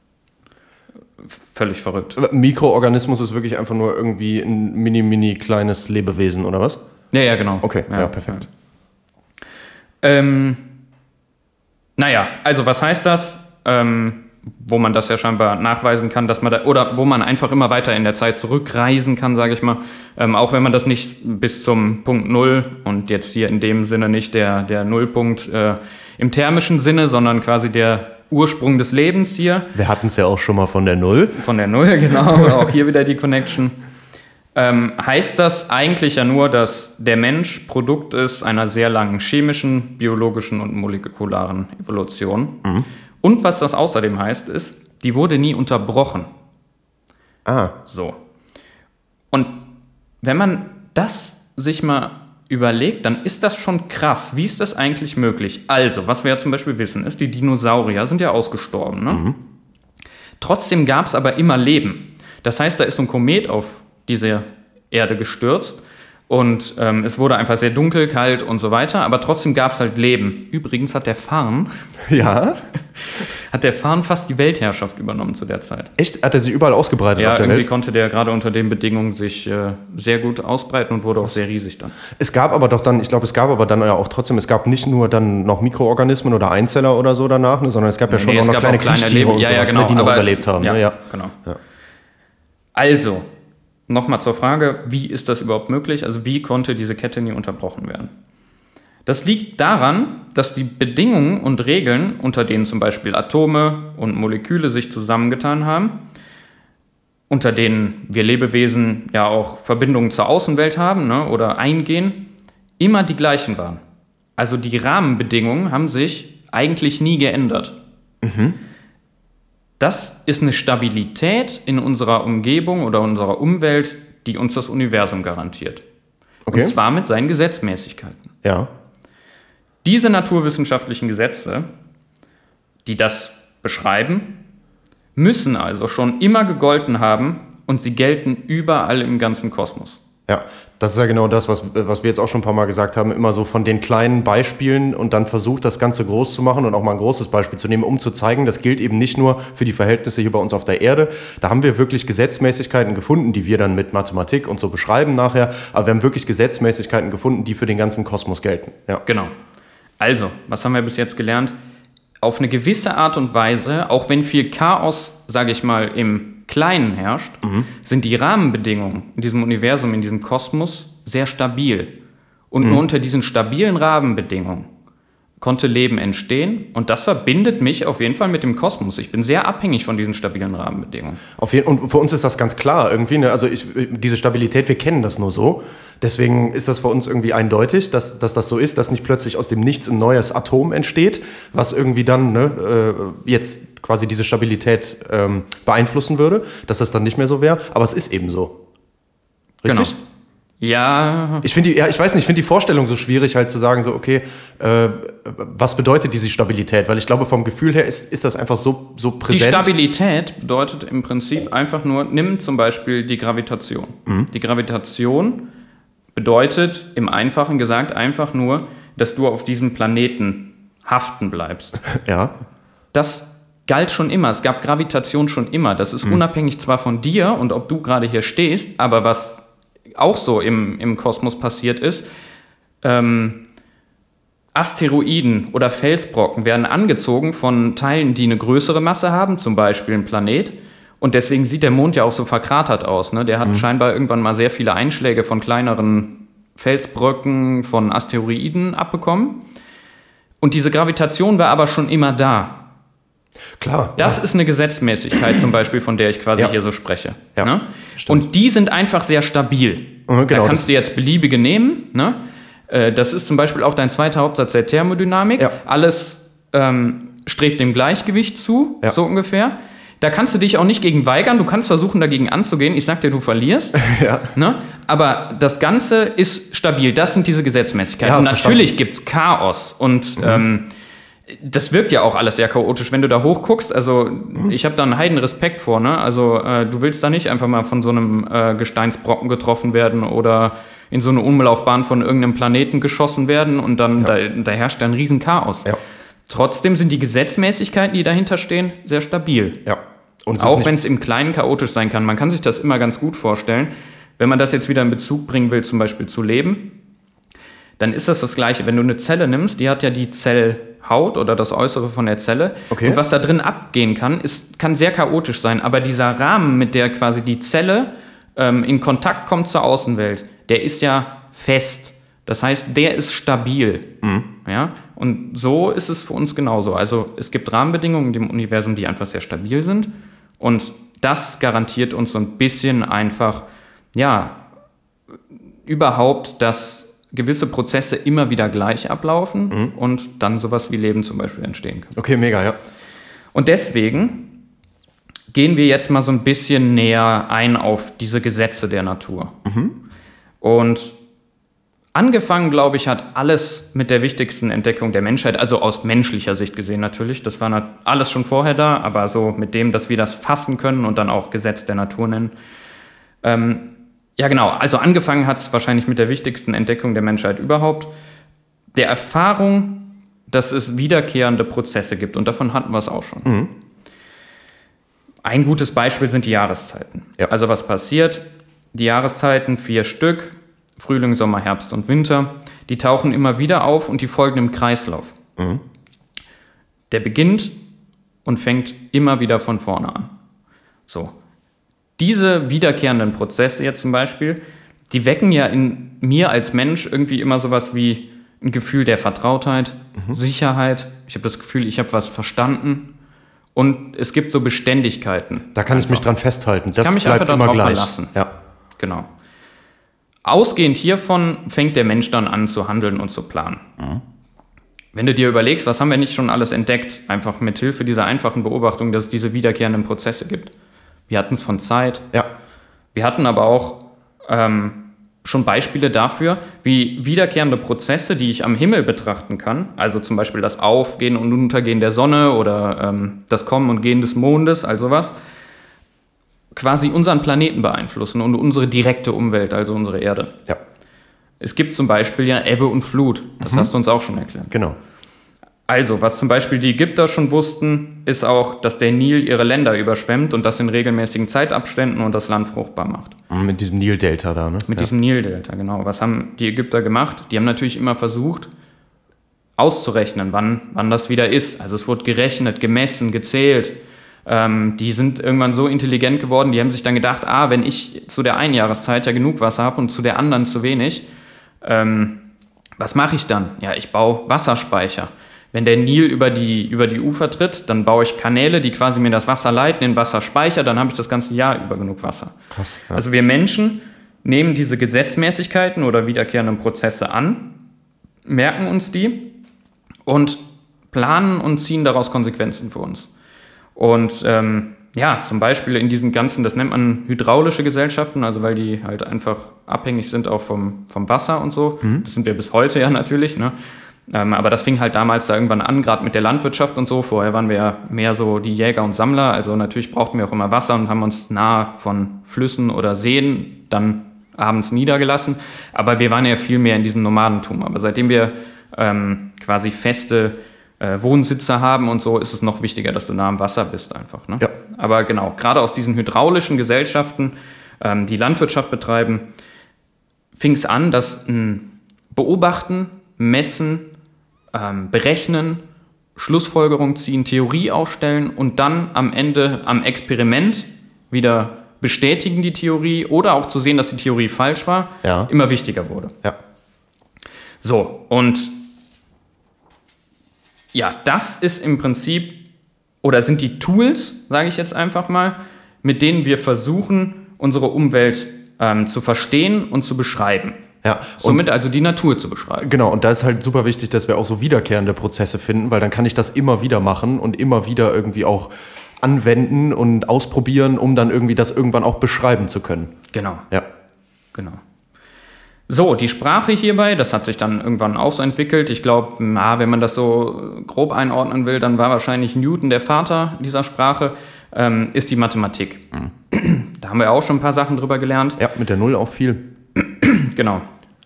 völlig verrückt. Mikroorganismus ist wirklich einfach nur irgendwie ein mini, mini kleines Lebewesen, oder was? Ja, ja, genau. Okay, ja, ja perfekt. Ja. Ähm, naja, also was heißt das? Ähm, wo man das ja scheinbar nachweisen kann, dass man da, oder wo man einfach immer weiter in der Zeit zurückreisen kann, sage ich mal, ähm, auch wenn man das nicht bis zum Punkt Null und jetzt hier in dem Sinne nicht der, der Nullpunkt äh, im thermischen Sinne, sondern quasi der Ursprung des Lebens hier. Wir hatten es ja auch schon mal von der Null. Von der Null, genau, auch hier wieder die Connection. Ähm, heißt das eigentlich ja nur, dass der Mensch Produkt ist einer sehr langen chemischen, biologischen und molekularen Evolution. Mhm. Und was das außerdem heißt, ist, die wurde nie unterbrochen. Ah. So. Und wenn man das sich mal überlegt, dann ist das schon krass. Wie ist das eigentlich möglich? Also, was wir ja zum Beispiel wissen, ist, die Dinosaurier sind ja ausgestorben. Ne? Mhm. Trotzdem gab es aber immer Leben. Das heißt, da ist so ein Komet auf diese Erde gestürzt und ähm, es wurde einfach sehr dunkel, kalt und so weiter, aber trotzdem gab es halt Leben. Übrigens hat der Farn... Ja? hat der Farn fast die Weltherrschaft übernommen zu der Zeit. Echt? Hat er sich überall ausgebreitet ja, auf der irgendwie Welt? konnte der gerade unter den Bedingungen sich äh, sehr gut ausbreiten und wurde Krass. Auch sehr riesig dann. Es gab aber doch dann, ich glaube, es gab aber dann ja auch trotzdem, es gab nicht nur dann noch Mikroorganismen oder Einzeller oder so danach, ne, sondern es gab ja schon nee, auch noch kleine, auch kleine Kriechtiere Leben. und ja, sowas, ja, genau. ne, die noch aber, überlebt haben. Ja, ne? ja. genau. Ja. Also, nochmal zur Frage, wie ist das überhaupt möglich? Also wie konnte diese Kette nie unterbrochen werden? Das liegt daran, dass die Bedingungen und Regeln, unter denen zum Beispiel Atome und Moleküle sich zusammengetan haben, unter denen wir Lebewesen ja auch Verbindungen zur Außenwelt haben, ne, oder eingehen, immer die gleichen waren. Also die Rahmenbedingungen haben sich eigentlich nie geändert. Mhm. Das ist eine Stabilität in unserer Umgebung oder unserer Umwelt, die uns das Universum garantiert. Okay. Und zwar mit seinen Gesetzmäßigkeiten. Ja. Diese naturwissenschaftlichen Gesetze, die das beschreiben, müssen also schon immer gegolten haben und sie gelten überall im ganzen Kosmos. Ja, das ist ja genau das, was, was wir jetzt auch schon ein paar Mal gesagt haben, immer so von den kleinen Beispielen und dann versucht, das Ganze groß zu machen und auch mal ein großes Beispiel zu nehmen, um zu zeigen, das gilt eben nicht nur für die Verhältnisse hier bei uns auf der Erde. Da haben wir wirklich Gesetzmäßigkeiten gefunden, die wir dann mit Mathematik und so beschreiben nachher, aber wir haben wirklich Gesetzmäßigkeiten gefunden, die für den ganzen Kosmos gelten. Ja. Genau. Also, was haben wir bis jetzt gelernt? Auf eine gewisse Art und Weise, auch wenn viel Chaos, sage ich mal, im Kleinen herrscht, mhm. sind die Rahmenbedingungen in diesem Universum, in diesem Kosmos sehr stabil. Und mhm. nur unter diesen stabilen Rahmenbedingungen konnte Leben entstehen. Und das verbindet mich auf jeden Fall mit dem Kosmos. Ich bin sehr abhängig von diesen stabilen Rahmenbedingungen. Auf jeden, und für uns ist das ganz klar irgendwie. Ne? Also ich, diese Stabilität, wir kennen das nur so. Deswegen ist das für uns irgendwie eindeutig, dass, dass das so ist, dass nicht plötzlich aus dem Nichts ein neues Atom entsteht, was irgendwie dann ne, äh, jetzt quasi diese Stabilität ähm, beeinflussen würde, dass das dann nicht mehr so wäre. Aber es ist eben so. Richtig? Genau. Ja. Ich finde, ja, ich weiß nicht, ich finde die Vorstellung so schwierig, halt zu sagen, so, okay, äh, was bedeutet diese Stabilität? Weil ich glaube, vom Gefühl her ist, ist das einfach so, so präsent. Die Stabilität bedeutet im Prinzip einfach nur, nimm zum Beispiel die Gravitation. Mhm. Die Gravitation bedeutet, im Einfachen gesagt, einfach nur, dass du auf diesem Planeten haften bleibst. Ja. Das galt schon immer. Es gab Gravitation schon immer. Das ist mhm. unabhängig zwar von dir und ob du gerade hier stehst, aber was auch so im, im Kosmos passiert ist, ähm, Asteroiden oder Felsbrocken werden angezogen von Teilen, die eine größere Masse haben, zum Beispiel ein Planet. Und deswegen sieht der Mond ja auch so verkratert aus. Ne? Der hat mhm. scheinbar irgendwann mal sehr viele Einschläge von kleineren Felsbröcken, von Asteroiden abbekommen. Und diese Gravitation war aber schon immer da. Klar. Das ja. ist eine Gesetzmäßigkeit zum Beispiel, von der ich quasi ja. hier so spreche. Ja, ne? Und die sind einfach sehr stabil. Mhm, genau, da kannst du jetzt beliebige nehmen. Ne? Das ist zum Beispiel auch dein zweiter Hauptsatz der Thermodynamik. Ja. Alles ähm, strebt dem Gleichgewicht zu, ja. so ungefähr. Da kannst du dich auch nicht gegen weigern. Du kannst versuchen, dagegen anzugehen. Ich sag dir, du verlierst. Ja. Ne? Aber das Ganze ist stabil. Das sind diese Gesetzmäßigkeiten. Ja, und natürlich gibt es Chaos. Und mhm. ähm, das wirkt ja auch alles sehr chaotisch, wenn du da hochguckst. Also mhm. ich habe da einen heiden Respekt vor. Ne? Also äh, du willst da nicht einfach mal von so einem äh, Gesteinsbrocken getroffen werden oder in so eine Umlaufbahn von irgendeinem Planeten geschossen werden und dann ja. da, da herrscht ein riesen Chaos. Ja. Trotzdem sind die Gesetzmäßigkeiten, die dahinter stehen, sehr stabil. Ja. Und auch wenn es im Kleinen chaotisch sein kann. Man kann sich das immer ganz gut vorstellen. Wenn man das jetzt wieder in Bezug bringen will, zum Beispiel zu Leben, dann ist das das Gleiche. Wenn du eine Zelle nimmst, die hat ja die Zellhaut oder das Äußere von der Zelle. Okay. Und was da drin abgehen kann, ist, kann sehr chaotisch sein. Aber dieser Rahmen, mit der quasi die Zelle ähm, in Kontakt kommt zur Außenwelt, der ist ja fest. Das heißt, der ist stabil. Mhm. Ja? Und so ist es für uns genauso. Also es gibt Rahmenbedingungen in dem Universum, die einfach sehr stabil sind. Und das garantiert uns so ein bisschen einfach, ja, überhaupt, dass gewisse Prozesse immer wieder gleich ablaufen mhm. und dann sowas wie Leben zum Beispiel entstehen kann. Okay, mega, ja. Und deswegen gehen wir jetzt mal so ein bisschen näher ein auf diese Gesetze der Natur. Mhm. Und angefangen, glaube ich, hat alles mit der wichtigsten Entdeckung der Menschheit, also aus menschlicher Sicht gesehen natürlich. Das war alles schon vorher da, aber so mit dem, dass wir das fassen können und dann auch Gesetz der Natur nennen. Ähm, ja genau, also angefangen hat es wahrscheinlich mit der wichtigsten Entdeckung der Menschheit überhaupt. Der Erfahrung, dass es wiederkehrende Prozesse gibt. Und davon hatten wir es auch schon. Mhm. Ein gutes Beispiel sind die Jahreszeiten. Ja. Also was passiert? Die Jahreszeiten, vier Stück, Frühling, Sommer, Herbst und Winter, die tauchen immer wieder auf und die folgen im Kreislauf. Mhm. Der beginnt und fängt immer wieder von vorne an. So. Diese wiederkehrenden Prozesse jetzt zum Beispiel, die wecken ja in mir als Mensch irgendwie immer sowas wie ein Gefühl der Vertrautheit, mhm. Sicherheit. Ich habe das Gefühl, ich habe was verstanden. Und es gibt so Beständigkeiten. Da kann einfach. ich mich dran festhalten. Das ich kann mich bleibt einfach immer darauf gleich. verlassen. Ja. Genau. Ausgehend hiervon fängt der Mensch dann an zu handeln und zu planen. Mhm. Wenn du dir überlegst, was haben wir nicht schon alles entdeckt, einfach mit Hilfe dieser einfachen Beobachtung, dass es diese wiederkehrenden Prozesse gibt. Wir hatten es von Zeit. Ja. Wir hatten aber auch ähm, schon Beispiele dafür, wie wiederkehrende Prozesse, die ich am Himmel betrachten kann, also zum Beispiel das Aufgehen und Untergehen der Sonne oder ähm, das Kommen und Gehen des Mondes, also was, quasi unseren Planeten beeinflussen und unsere direkte Umwelt, also unsere Erde. Ja. Es gibt zum Beispiel ja Ebbe und Flut. Das mhm. hast du uns auch schon erklärt. Genau. Also, was zum Beispiel die Ägypter schon wussten, ist auch, dass der Nil ihre Länder überschwemmt und das in regelmäßigen Zeitabständen und das Land fruchtbar macht. Mit diesem Nildelta da, ne? Mit ja. diesem Nildelta, genau. Was haben die Ägypter gemacht? Die haben natürlich immer versucht, auszurechnen, wann, wann das wieder ist. Also es wurde gerechnet, gemessen, gezählt. Ähm, die sind irgendwann so intelligent geworden, die haben sich dann gedacht, ah, wenn ich zu der einen Jahreszeit ja genug Wasser habe und zu der anderen zu wenig, ähm, was mache ich dann? Ja, ich baue Wasserspeicher. Wenn der Nil über die, über die Ufer tritt, dann baue ich Kanäle, die quasi mir das Wasser leiten in Wasserspeicher, dann habe ich das ganze Jahr über genug Wasser. Krass. Ja. Also wir Menschen nehmen diese Gesetzmäßigkeiten oder wiederkehrenden Prozesse an, merken uns die und planen und ziehen daraus Konsequenzen für uns. Und ähm, ja, zum Beispiel in diesen ganzen, das nennt man hydraulische Gesellschaften, also weil die halt einfach abhängig sind auch vom, vom Wasser und so. Mhm. Das sind wir bis heute ja natürlich, ne? Ähm, aber das fing halt damals da irgendwann an, gerade mit der Landwirtschaft und so. Vorher waren wir ja mehr so die Jäger und Sammler. Also natürlich brauchten wir auch immer Wasser und haben uns nahe von Flüssen oder Seen dann abends niedergelassen. Aber wir waren ja viel mehr in diesem Nomadentum. Aber seitdem wir ähm, quasi feste äh, Wohnsitze haben und so, ist es noch wichtiger, dass du nah am Wasser bist einfach. Ne? Ja. Aber genau, gerade aus diesen hydraulischen Gesellschaften, ähm, die Landwirtschaft betreiben, fing es an, dass ein Beobachten, Messen, ähm, Berechnen, Schlussfolgerung ziehen, Theorie aufstellen und dann am Ende am Experiment wieder bestätigen die Theorie oder auch zu sehen, dass die Theorie falsch war, ja. immer wichtiger wurde. Ja. So, und ja, das ist im Prinzip, oder sind die Tools, sage ich jetzt einfach mal, mit denen wir versuchen, unsere Umwelt ähm, zu verstehen und zu beschreiben. Ja, Somit also die Natur zu beschreiben. Genau, und da ist halt super wichtig, dass wir auch so wiederkehrende Prozesse finden, weil dann kann ich das immer wieder machen und immer wieder irgendwie auch anwenden und ausprobieren, um dann irgendwie das irgendwann auch beschreiben zu können. Genau. Ja. Genau. So, die Sprache hierbei, das hat sich dann irgendwann auch so entwickelt. Ich glaube, wenn man das so grob einordnen will, dann war wahrscheinlich Newton der Vater dieser Sprache, ähm, ist die Mathematik. Mhm. Da haben wir auch schon ein paar Sachen drüber gelernt. Ja, mit der Null auch viel. Genau.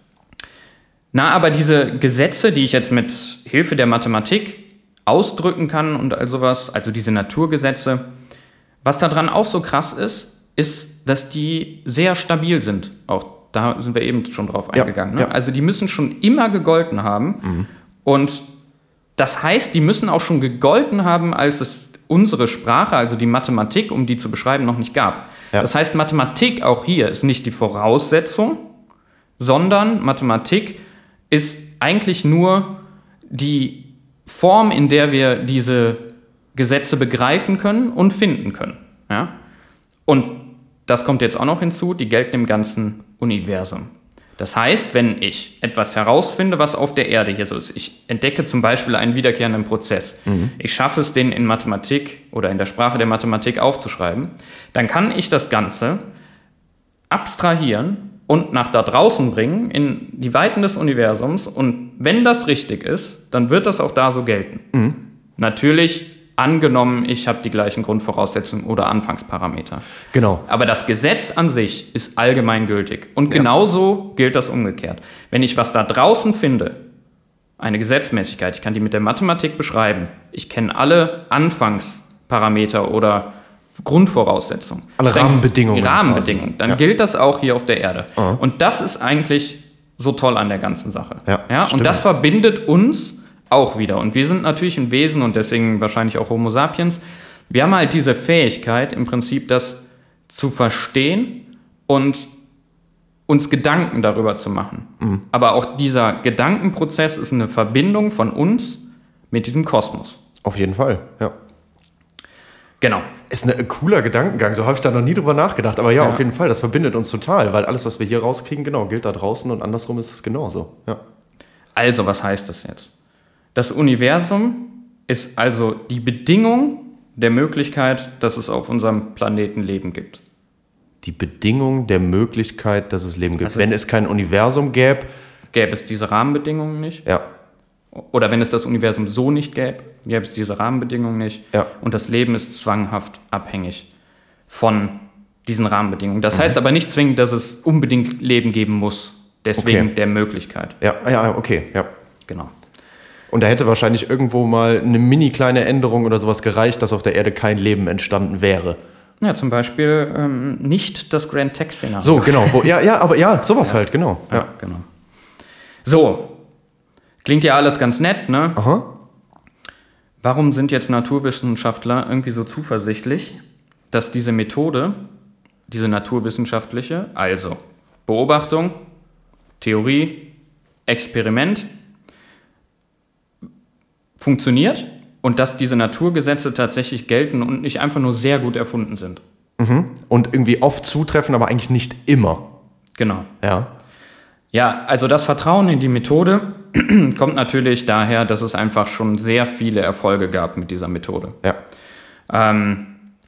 Na, aber diese Gesetze, die ich jetzt mit Hilfe der Mathematik ausdrücken kann und all sowas, also diese Naturgesetze, was daran auch so krass ist, ist, dass die sehr stabil sind. Auch da sind wir eben schon drauf eingegangen. Ja, ne? ja. Also die müssen schon immer gegolten haben. Mhm. Und das heißt, die müssen auch schon gegolten haben, als es unsere Sprache, also die Mathematik, um die zu beschreiben, noch nicht gab. Ja. Das heißt, Mathematik auch hier ist nicht die Voraussetzung, sondern Mathematik ist eigentlich nur die Form, in der wir diese Gesetze begreifen können und finden können. Ja? Und das kommt jetzt auch noch hinzu, die gelten im ganzen Universum. Das heißt, wenn ich etwas herausfinde, was auf der Erde hier so ist, ich entdecke zum Beispiel einen wiederkehrenden Prozess, mhm. ich schaffe es, den in Mathematik oder in der Sprache der Mathematik aufzuschreiben, dann kann ich das Ganze abstrahieren und nach da draußen bringen, in die Weiten des Universums. Und wenn das richtig ist, dann wird das auch da so gelten. Mhm. Natürlich angenommen, ich habe die gleichen Grundvoraussetzungen oder Anfangsparameter. Genau. Aber das Gesetz an sich ist allgemeingültig. Und ja. genauso gilt das umgekehrt. Wenn ich was da draußen finde, eine Gesetzmäßigkeit, ich kann die mit der Mathematik beschreiben, ich kenne alle Anfangsparameter oder Grundvoraussetzungen. Alle dann, Rahmenbedingungen. Die Rahmenbedingungen. Dann ja. gilt das auch hier auf der Erde. Uh-huh. Und das ist eigentlich so toll an der ganzen Sache. Ja, ja? Und das verbindet uns auch wieder. Und wir sind natürlich ein Wesen und deswegen wahrscheinlich auch Homo sapiens. Wir haben halt diese Fähigkeit, im Prinzip das zu verstehen und uns Gedanken darüber zu machen. Mhm. Aber auch dieser Gedankenprozess ist eine Verbindung von uns mit diesem Kosmos. Auf jeden Fall, ja. Genau. Ist ein cooler Gedankengang, so habe ich da noch nie drüber nachgedacht. Aber ja, ja, auf jeden Fall, das verbindet uns total, weil alles, was wir hier rauskriegen, genau, gilt da draußen und andersrum ist es genauso. Ja. Also, was heißt das jetzt? Das Universum ist also die Bedingung der Möglichkeit, dass es auf unserem Planeten Leben gibt. Die Bedingung der Möglichkeit, dass es Leben gibt. Also, wenn es kein Universum gäbe, gäbe es diese Rahmenbedingungen nicht. Ja. Oder wenn es das Universum so nicht gäbe, gäbe es diese Rahmenbedingungen nicht. Ja. Und das Leben ist zwanghaft abhängig von diesen Rahmenbedingungen. Das mhm. heißt aber nicht zwingend, dass es unbedingt Leben geben muss. Deswegen okay. der Möglichkeit. Ja, ja, okay, ja. Genau. Und da hätte wahrscheinlich irgendwo mal eine mini kleine Änderung oder sowas gereicht, dass auf der Erde kein Leben entstanden wäre. Ja, zum Beispiel ähm, nicht das Grand Tech-Szenario. So, genau. Wo, ja, ja, aber ja, sowas ja. halt, genau. Ja. ja, genau. So, klingt ja alles ganz nett, ne? Aha. Warum sind jetzt Naturwissenschaftler irgendwie so zuversichtlich, dass diese Methode, diese naturwissenschaftliche, also Beobachtung, Theorie, Experiment, funktioniert und dass diese Naturgesetze tatsächlich gelten und nicht einfach nur sehr gut erfunden sind? Mhm. Und irgendwie oft zutreffen, aber eigentlich nicht immer. Genau. Ja. Ja, also das Vertrauen in die Methode kommt natürlich daher, dass es einfach schon sehr viele Erfolge gab mit dieser Methode. Ja. Ähm,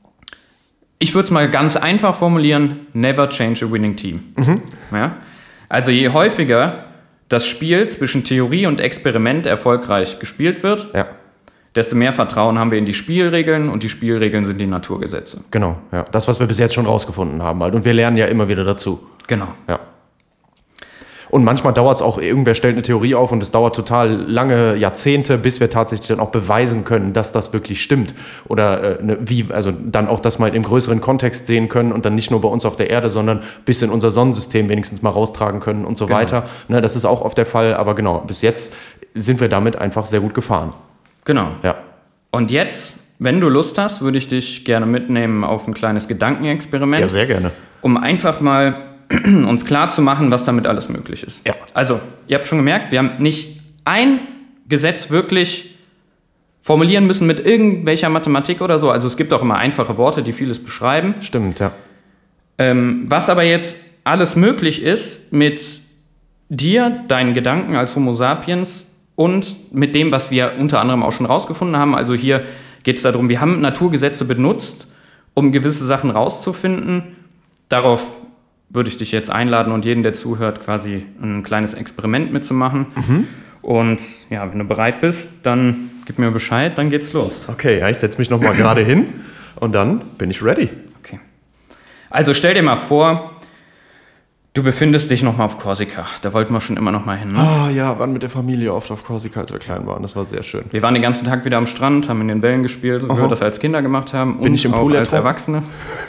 ich würde es mal ganz einfach formulieren: Never change a winning team. Mhm. Ja? Also je häufiger das Spiel zwischen Theorie und Experiment erfolgreich gespielt wird, ja. desto mehr Vertrauen haben wir in die Spielregeln und die Spielregeln sind die Naturgesetze. Genau, ja. Das, was wir bis jetzt schon rausgefunden haben halt. Und wir lernen ja immer wieder dazu. Genau. Ja. Und manchmal dauert es auch, irgendwer stellt eine Theorie auf und es dauert total lange Jahrzehnte, bis wir tatsächlich dann auch beweisen können, dass das wirklich stimmt. Oder äh, ne, wie, also dann auch das mal im größeren Kontext sehen können und dann nicht nur bei uns auf der Erde, sondern bis in unser Sonnensystem wenigstens mal raustragen können und so genau. weiter. Ne, das ist auch oft der Fall, aber genau, bis jetzt sind wir damit einfach sehr gut gefahren. Genau. Ja. Und jetzt, wenn du Lust hast, würde ich dich gerne mitnehmen auf ein kleines Gedankenexperiment. Ja, sehr gerne. Um einfach mal uns klar zu machen, was damit alles möglich ist. Ja. Also, ihr habt schon gemerkt, wir haben nicht ein Gesetz wirklich formulieren müssen mit irgendwelcher Mathematik oder so. Also es gibt auch immer einfache Worte, die vieles beschreiben. Stimmt, ja. Ähm, was aber jetzt alles möglich ist mit dir, deinen Gedanken als Homo sapiens und mit dem, was wir unter anderem auch schon rausgefunden haben. Also hier geht es darum, wir haben Naturgesetze benutzt, um gewisse Sachen rauszufinden. Darauf würde ich dich jetzt einladen und jeden, der zuhört, quasi ein kleines Experiment mitzumachen. Mhm. Und ja, wenn du bereit bist, dann gib mir Bescheid, dann geht's los. Okay, ja, ich setze mich nochmal gerade hin und dann bin ich ready. Okay. Also stell dir mal vor, du befindest dich nochmal auf Korsika. Da wollten wir schon immer noch mal hin. Ne? Ah ja, waren mit der Familie oft auf Korsika, als wir klein waren. Das war sehr schön. Wir waren den ganzen Tag wieder am Strand, haben in den Wellen gespielt, so wie wir das als Kinder gemacht haben. Bin und ich im auch Pool als ertrunken? Erwachsene.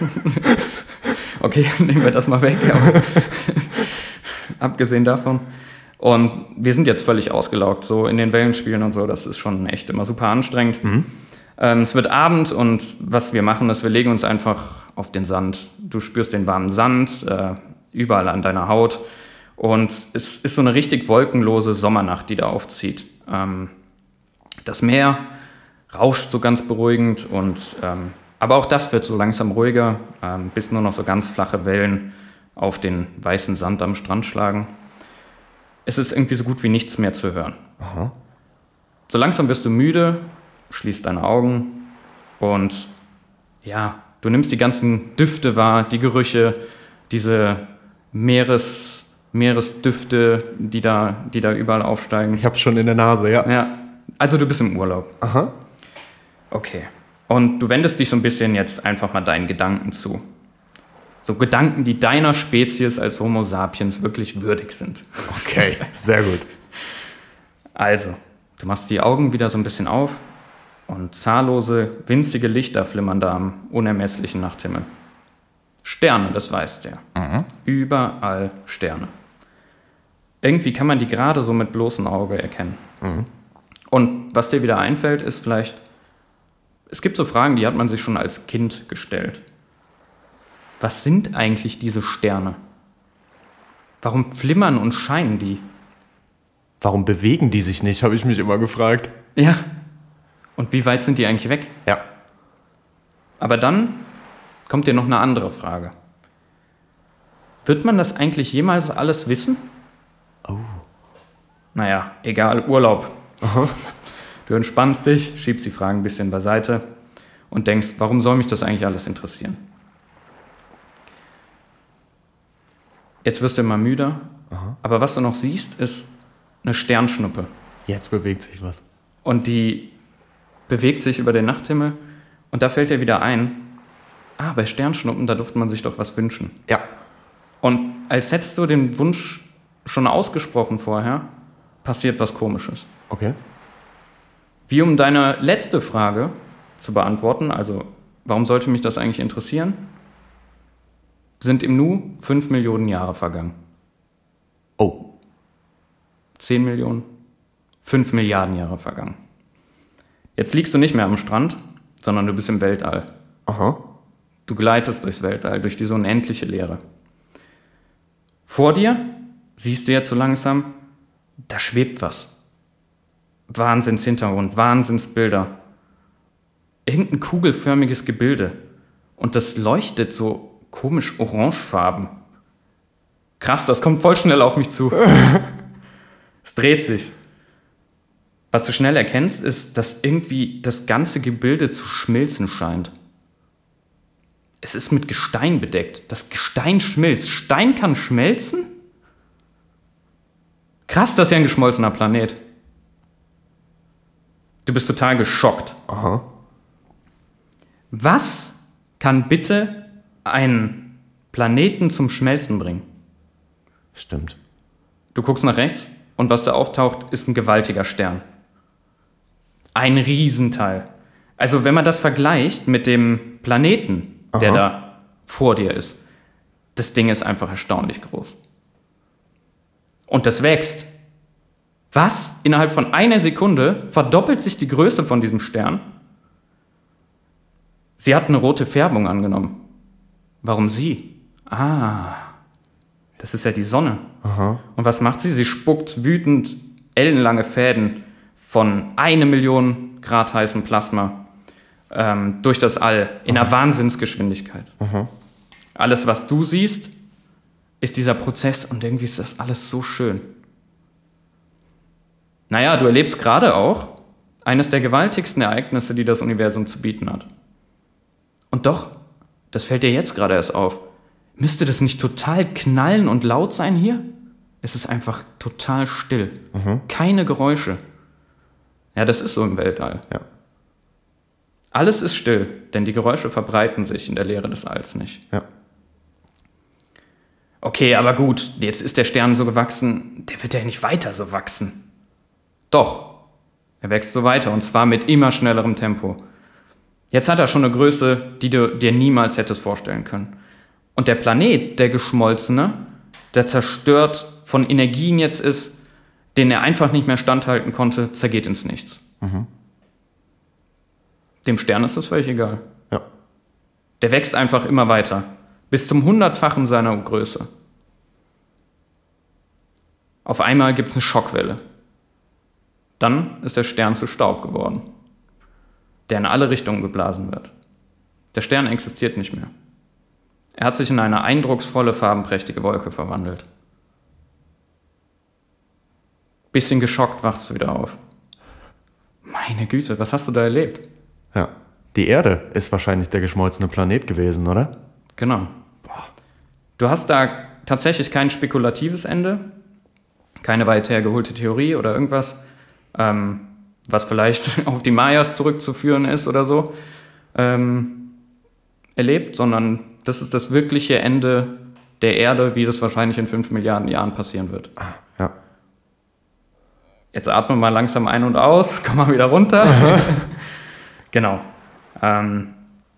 Okay, nehmen wir das mal weg. Aber abgesehen davon. Und wir sind jetzt völlig ausgelaugt, so in den Wellen spielen und so. Das ist schon echt immer super anstrengend. Mhm. Ähm, es wird Abend und was wir machen, ist, wir legen uns einfach auf den Sand. Du spürst den warmen Sand äh, überall an deiner Haut. Und es ist so eine richtig wolkenlose Sommernacht, die da aufzieht. Ähm, das Meer rauscht so ganz beruhigend und ähm, aber auch das wird so langsam ruhiger, ähm, bis nur noch so ganz flache Wellen auf den weißen Sand am Strand schlagen. Es ist irgendwie so gut wie nichts mehr zu hören. Aha. So langsam wirst du müde, schließt deine Augen und ja, du nimmst die ganzen Düfte wahr, die Gerüche, diese Meeres, Meeresdüfte, die da, die da überall aufsteigen. Ich hab's schon in der Nase, ja. Ja, also du bist im Urlaub. Aha. Okay. Und du wendest dich so ein bisschen jetzt einfach mal deinen Gedanken zu. So Gedanken, die deiner Spezies als Homo sapiens wirklich würdig sind. Okay, sehr gut. Also, du machst die Augen wieder so ein bisschen auf und zahllose, winzige Lichter flimmern da am unermesslichen Nachthimmel. Sterne, das weißt du ja. Mhm. Überall Sterne. Irgendwie kann man die gerade so mit bloßem Auge erkennen. Mhm. Und was dir wieder einfällt, ist vielleicht, es gibt so Fragen, die hat man sich schon als Kind gestellt. Was sind eigentlich diese Sterne? Warum flimmern und scheinen die? Warum bewegen die sich nicht, habe ich mich immer gefragt. Ja. Und wie weit sind die eigentlich weg? Ja. Aber dann kommt dir noch eine andere Frage. Wird man das eigentlich jemals alles wissen? Oh. Naja, egal, Urlaub. Aha. Du entspannst dich, schiebst die Fragen ein bisschen beiseite und denkst, warum soll mich das eigentlich alles interessieren? Jetzt wirst du immer müder, Aha. aber was du noch siehst, ist eine Sternschnuppe. Jetzt bewegt sich was. Und die bewegt sich über den Nachthimmel und da fällt dir wieder ein, ah, bei Sternschnuppen, da durfte man sich doch was wünschen. Ja. Und als hättest du den Wunsch schon ausgesprochen vorher, passiert was Komisches. Okay. Wie um deine letzte Frage zu beantworten, also warum sollte mich das eigentlich interessieren, sind im Nu fünf Millionen Jahre vergangen. Oh. zehn Millionen, fünf Milliarden Jahre vergangen. Jetzt liegst du nicht mehr am Strand, sondern du bist im Weltall. Aha. Du gleitest durchs Weltall, durch diese unendliche Leere. Vor dir siehst du jetzt so langsam, da schwebt was. Wahnsinnshintergrund, Wahnsinnsbilder. Irgendein kugelförmiges Gebilde. Und das leuchtet so komisch orangefarben. Krass, das kommt voll schnell auf mich zu. Es dreht sich. Was du schnell erkennst, ist, dass irgendwie das ganze Gebilde zu schmilzen scheint. Es ist mit Gestein bedeckt. Das Gestein schmilzt. Stein kann schmelzen? Krass, das ist ja ein geschmolzener Planet. Du bist total geschockt. Aha. Was kann bitte einen Planeten zum Schmelzen bringen? Stimmt. Du guckst nach rechts und was da auftaucht, ist ein gewaltiger Stern. Ein Riesenteil. Also wenn man das vergleicht mit dem Planeten, der Aha. da vor dir ist, das Ding ist einfach erstaunlich groß. Und das wächst. Was? Innerhalb von einer Sekunde verdoppelt sich die Größe von diesem Stern? Sie hat eine rote Färbung angenommen. Warum sie? Ah, das ist ja die Sonne. Aha. Und was macht sie? Sie spuckt wütend ellenlange Fäden von eine Million Grad heißem Plasma ähm, durch das All in einer Wahnsinnsgeschwindigkeit. Aha. Alles, was du siehst, ist dieser Prozess und irgendwie ist das alles so schön. Naja, du erlebst gerade auch eines der gewaltigsten Ereignisse, die das Universum zu bieten hat. Und doch, das fällt dir jetzt gerade erst auf, müsste das nicht total knallen und laut sein hier? Es ist einfach total still. Mhm. Keine Geräusche. Ja, das ist so im Weltall. Ja. Alles ist still, denn die Geräusche verbreiten sich in der Leere des Alls nicht. Ja. Okay, aber gut, jetzt ist der Stern so gewachsen, der wird ja nicht weiter so wachsen. Doch, er wächst so weiter und zwar mit immer schnellerem Tempo. Jetzt hat er schon eine Größe, die du dir niemals hättest vorstellen können. Und der Planet, der geschmolzene, der zerstört von Energien jetzt ist, denen er einfach nicht mehr standhalten konnte, zergeht ins Nichts. Mhm. Dem Stern ist das völlig egal. Ja. Der wächst einfach immer weiter, bis zum Hundertfachen seiner Größe. Auf einmal gibt es eine Schockwelle. Dann ist der Stern zu Staub geworden, der in alle Richtungen geblasen wird. Der Stern existiert nicht mehr. Er hat sich in eine eindrucksvolle, farbenprächtige Wolke verwandelt. Bisschen geschockt wachst du wieder auf. Meine Güte, was hast du da erlebt? Ja. Die Erde ist wahrscheinlich der geschmolzene Planet gewesen, oder? Genau. Du hast da tatsächlich kein spekulatives Ende, keine weit hergeholte Theorie oder irgendwas, ähm, was vielleicht auf die Mayas zurückzuführen ist oder so, ähm, erlebt, sondern das ist das wirkliche Ende der Erde, wie das wahrscheinlich in fünf Milliarden Jahren passieren wird. Ah, ja. Jetzt atmen wir mal langsam ein und aus, komm mal wieder runter. Genau. Ähm,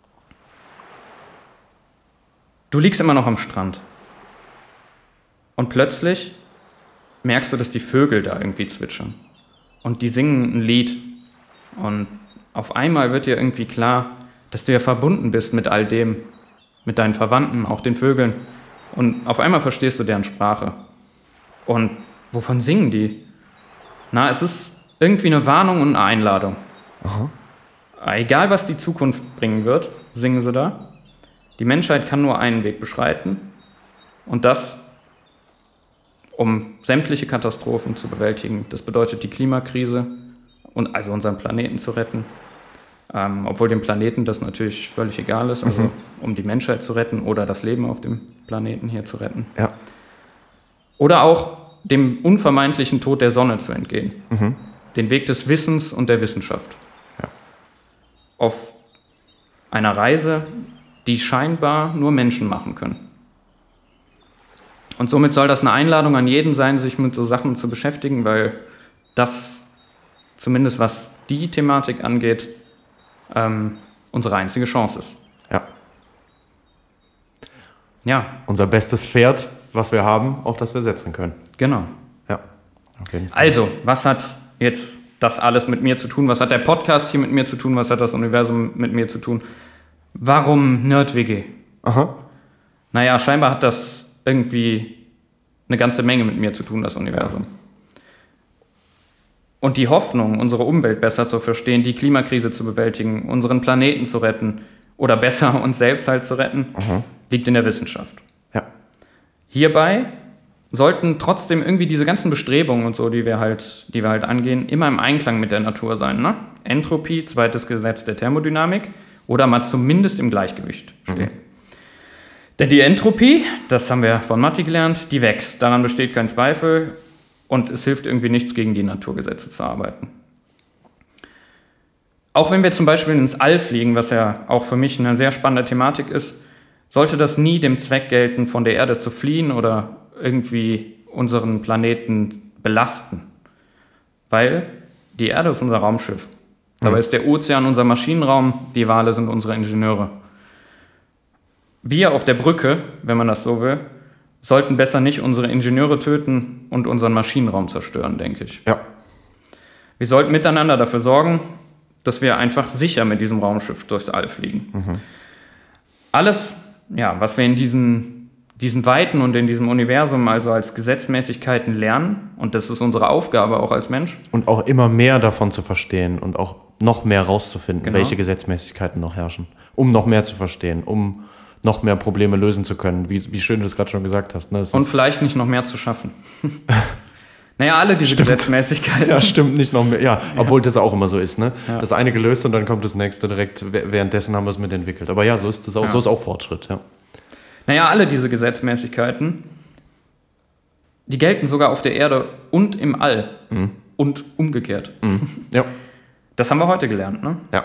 du liegst immer noch am Strand. Und plötzlich merkst du, dass die Vögel da irgendwie zwitschern. Und die singen ein Lied. Und auf einmal wird dir irgendwie klar, dass du ja verbunden bist mit all dem, mit deinen Verwandten, auch den Vögeln. Und auf einmal verstehst du deren Sprache. Und wovon singen die? Na, es ist irgendwie eine Warnung und eine Einladung. Aha. Egal, was die Zukunft bringen wird, singen sie da. Die Menschheit kann nur einen Weg beschreiten. Und das, um sämtliche Katastrophen zu bewältigen. Das bedeutet die Klimakrise und also unseren Planeten zu retten. Ähm, obwohl dem Planeten das natürlich völlig egal ist, also mhm. um die Menschheit zu retten oder das Leben auf dem Planeten hier zu retten. Ja. Oder auch dem unvermeidlichen Tod der Sonne zu entgehen. Mhm. Den Weg des Wissens und der Wissenschaft. Ja. Auf einer Reise die scheinbar nur Menschen machen können. Und somit soll das eine Einladung an jeden sein, sich mit so Sachen zu beschäftigen, weil das, zumindest was die Thematik angeht, ähm, unsere einzige Chance ist. Ja. Ja. Unser bestes Pferd, was wir haben, auf das wir setzen können. Genau. Ja. Auf jeden Fall. Also, was hat jetzt das alles mit mir zu tun? Was hat der Podcast hier mit mir zu tun? Was hat das Universum mit mir zu tun? Warum Nerd-W G? Aha. Naja, scheinbar hat das irgendwie eine ganze Menge mit mir zu tun, das Universum. Ja. Und die Hoffnung, unsere Umwelt besser zu verstehen, die Klimakrise zu bewältigen, unseren Planeten zu retten oder besser uns selbst halt zu retten, Aha. liegt in der Wissenschaft. Ja. Hierbei sollten trotzdem irgendwie diese ganzen Bestrebungen und so, die wir halt, die wir halt angehen, immer im Einklang mit der Natur sein. Ne? Entropie, zweites Gesetz der Thermodynamik oder mal zumindest im Gleichgewicht stehen. Mhm. Denn die Entropie, das haben wir von Matti gelernt, die wächst. Daran besteht kein Zweifel. Und es hilft irgendwie nichts, gegen die Naturgesetze zu arbeiten. Auch wenn wir zum Beispiel ins All fliegen, was ja auch für mich eine sehr spannende Thematik ist, sollte das nie dem Zweck gelten, von der Erde zu fliehen oder irgendwie unseren Planeten belasten. Weil die Erde ist unser Raumschiff. Dabei mhm. ist der Ozean unser Maschinenraum, die Wale sind unsere Ingenieure. Wir auf der Brücke, wenn man das so will, sollten besser nicht unsere Ingenieure töten und unseren Maschinenraum zerstören, denke ich. Ja. Wir sollten miteinander dafür sorgen, dass wir einfach sicher mit diesem Raumschiff durchs All fliegen. Mhm. Alles, ja, was wir in diesen, diesen Weiten und in diesem Universum also als Gesetzmäßigkeiten lernen, und das ist unsere Aufgabe auch als Mensch. Und auch immer mehr davon zu verstehen und auch noch mehr rauszufinden, genau. welche Gesetzmäßigkeiten noch herrschen, um noch mehr zu verstehen, um noch mehr Probleme lösen zu können, wie, wie schön du es gerade schon gesagt hast. Ne? Und vielleicht nicht noch mehr zu schaffen. Naja, alle diese stimmt. Gesetzmäßigkeiten. Ja, stimmt, nicht noch mehr. Ja, ja. Obwohl das auch immer so ist. Ne? Ja. Das eine gelöst und dann kommt das nächste direkt. Währenddessen haben wir es mitentwickelt. Aber ja, so ist das auch. Ja. So ist auch Fortschritt. Ja. Naja, alle diese Gesetzmäßigkeiten, die gelten sogar auf der Erde und im All. Mhm. Und umgekehrt. Mhm. Ja. Das haben wir heute gelernt, ne? Ja.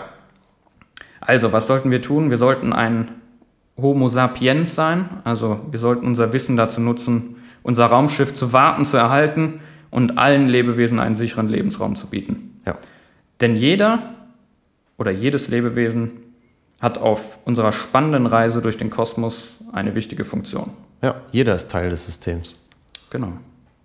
Also, was sollten wir tun? Wir sollten ein Homo sapiens sein, also wir sollten unser Wissen dazu nutzen, unser Raumschiff zu warten, zu erhalten und allen Lebewesen einen sicheren Lebensraum zu bieten. Ja. Denn jeder oder jedes Lebewesen hat auf unserer spannenden Reise durch den Kosmos eine wichtige Funktion. Ja, jeder ist Teil des Systems. Genau.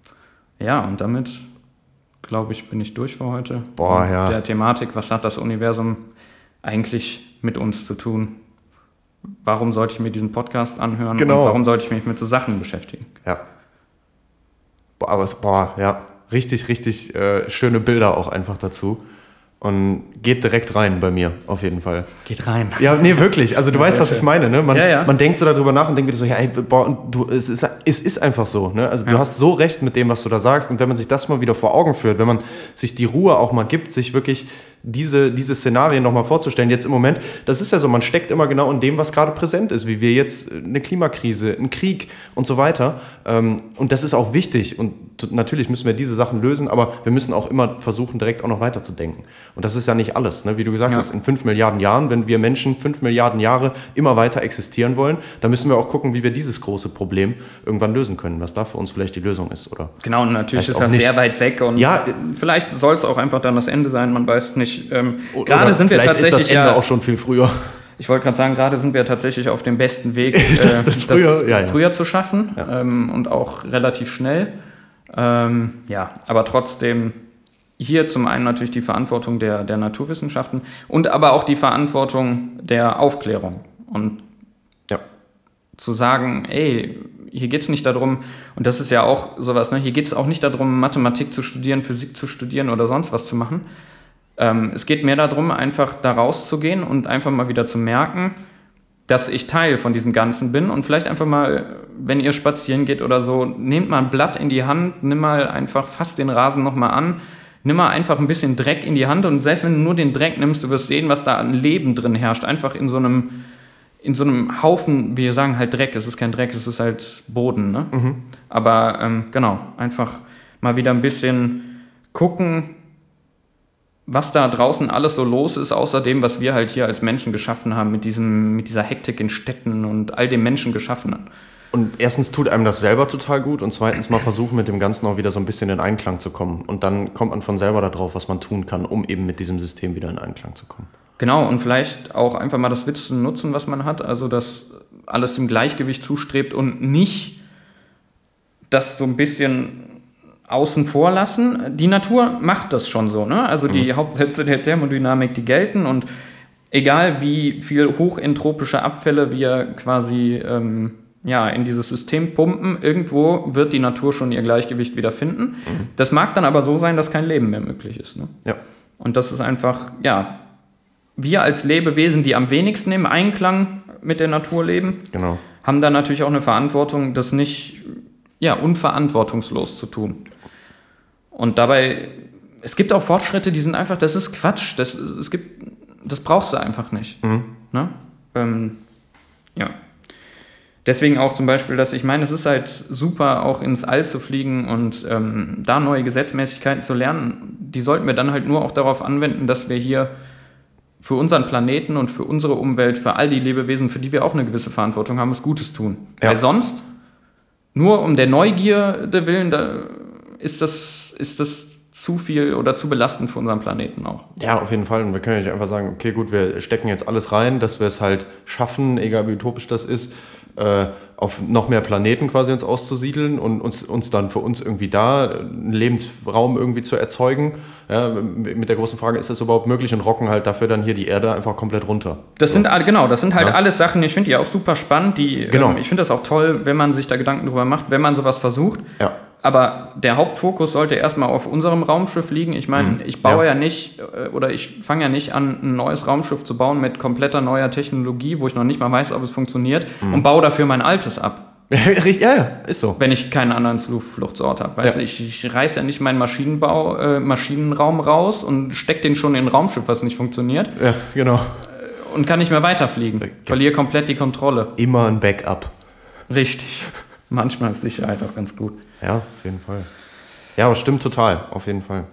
Ja, und damit, glaube ich, bin ich durch für heute. Boah, ja. Der Thematik, was hat das Universum eigentlich mit uns zu tun? Warum sollte ich mir diesen Podcast anhören genau. und warum sollte ich mich mit so Sachen beschäftigen? Ja. Boah, aber es, boah, ja, richtig, richtig äh, schöne Bilder auch einfach dazu. Und geht direkt rein bei mir, auf jeden Fall. Geht rein. Ja, nee, wirklich. Also du weißt, was ich meine, ne? Man, ja, ja. man denkt so darüber nach und denkt wieder so, ja, ey, boah, du, es, ist, es ist einfach so, ne? Also ja. du hast so recht mit dem, was du da sagst. Und wenn man sich das mal wieder vor Augen führt, wenn man sich die Ruhe auch mal gibt, sich wirklich diese, diese Szenarien nochmal vorzustellen, jetzt im Moment, das ist ja so, man steckt immer genau in dem, was gerade präsent ist, wie wir jetzt eine Klimakrise, einen Krieg und so weiter. Und das ist auch wichtig und natürlich müssen wir diese Sachen lösen, aber wir müssen auch immer versuchen, direkt auch noch weiterzudenken. Und das ist ja nicht alles, ne? Wie du gesagt ja. hast, in fünf Milliarden Jahren, wenn wir Menschen fünf Milliarden Jahre immer weiter existieren wollen, dann müssen wir auch gucken, wie wir dieses große Problem irgendwann lösen können, was da für uns vielleicht die Lösung ist. Oder genau, und natürlich ist das nicht. sehr weit weg und ja, vielleicht soll es auch einfach dann das Ende sein, man weiß nicht. Ähm, gerade sind wir vielleicht tatsächlich ist das Ende ja, auch schon viel früher. Ich wollte gerade sagen, gerade sind wir tatsächlich auf dem besten Weg, das, äh, das früher, das ja, ja. früher zu schaffen ja. ähm, und auch relativ schnell. Ähm, ja, aber trotzdem hier zum einen natürlich die Verantwortung der, der Naturwissenschaften und aber auch die Verantwortung der Aufklärung. Und ja. zu sagen, ey, hier geht es nicht darum, und das ist ja auch sowas, ne, hier geht es auch nicht darum, Mathematik zu studieren, Physik zu studieren oder sonst was zu machen. Ähm, es geht mehr darum, einfach da rauszugehen und einfach mal wieder zu merken, dass ich Teil von diesem Ganzen bin und vielleicht einfach mal, wenn ihr spazieren geht oder so, nehmt mal ein Blatt in die Hand, nimm mal einfach, fass den Rasen nochmal an, nimm mal einfach ein bisschen Dreck in die Hand und selbst wenn du nur den Dreck nimmst, du wirst sehen, was da an Leben drin herrscht, einfach in so einem, in so einem Haufen, wir sagen halt Dreck, es ist kein Dreck, es ist halt Boden, ne? Mhm. Aber ähm, genau, einfach mal wieder ein bisschen gucken, was da draußen alles so los ist, außer dem, was wir halt hier als Menschen geschaffen haben, mit diesem, mit dieser Hektik in Städten und all dem Menschen Geschaffenen. Und erstens tut einem das selber total gut und zweitens mal versuchen, mit dem Ganzen auch wieder so ein bisschen in Einklang zu kommen. Und dann kommt man von selber darauf, was man tun kann, um eben mit diesem System wieder in Einklang zu kommen. Genau, und vielleicht auch einfach mal das Wissen nutzen, was man hat, also dass alles im Gleichgewicht zustrebt und nicht das so ein bisschen außen vor lassen. Die Natur macht das schon so, ne? Also die mhm. Hauptsätze der Thermodynamik, die gelten und egal wie viel hochentropische Abfälle wir quasi ähm, ja, in dieses System pumpen, irgendwo wird die Natur schon ihr Gleichgewicht wieder finden. Mhm. Das mag dann aber so sein, dass kein Leben mehr möglich ist. Ne? Ja. Und das ist einfach, ja, wir als Lebewesen, die am wenigsten im Einklang mit der Natur leben, genau. haben dann natürlich auch eine Verantwortung, das nicht ja, unverantwortungslos zu tun. Und dabei, es gibt auch Fortschritte, die sind einfach, das ist Quatsch, das, es gibt, das brauchst du einfach nicht. Mhm. Ne? Ähm, ja. Deswegen auch zum Beispiel, dass ich meine, es ist halt super, auch ins All zu fliegen und ähm, da neue Gesetzmäßigkeiten zu lernen. Die sollten wir dann halt nur auch darauf anwenden, dass wir hier für unseren Planeten und für unsere Umwelt, für all die Lebewesen, für die wir auch eine gewisse Verantwortung haben, was Gutes tun. Ja. Weil sonst, nur um der Neugierde willen, da ist das, ist das zu viel oder zu belastend für unseren Planeten auch. Ja, auf jeden Fall. Und wir können ja nicht einfach sagen, okay, gut, wir stecken jetzt alles rein, dass wir es halt schaffen, egal wie utopisch das ist, äh, auf noch mehr Planeten quasi uns auszusiedeln und uns, uns dann für uns irgendwie da einen Lebensraum irgendwie zu erzeugen. Ja, mit der großen Frage, ist das überhaupt möglich, und rocken halt dafür dann hier die Erde einfach komplett runter. Das so. sind, genau, das sind halt ja. alles Sachen, ich finde die auch super spannend. Die, genau. ähm, ich finde das auch toll, wenn man sich da Gedanken drüber macht, wenn man sowas versucht. Ja. Aber der Hauptfokus sollte erstmal auf unserem Raumschiff liegen. Ich meine, mhm. ich baue ja. ja nicht, oder ich fange ja nicht an, ein neues Raumschiff zu bauen mit kompletter neuer Technologie, wo ich noch nicht mal weiß, ob es funktioniert, mhm. und baue dafür mein altes ab. ja, ja, ist so. Wenn ich keinen anderen Fluchtsort habe. Weißt ja. du, ich, ich reiß ja nicht meinen Maschinenbau, äh, Maschinenraum raus und stecke den schon in ein Raumschiff, was nicht funktioniert. Ja, genau. Und kann nicht mehr weiterfliegen. Ja. Verliere komplett die Kontrolle. Immer ein Backup. Richtig. Manchmal ist Sicherheit auch ganz gut. Ja, auf jeden Fall. Ja, aber stimmt total, auf jeden Fall.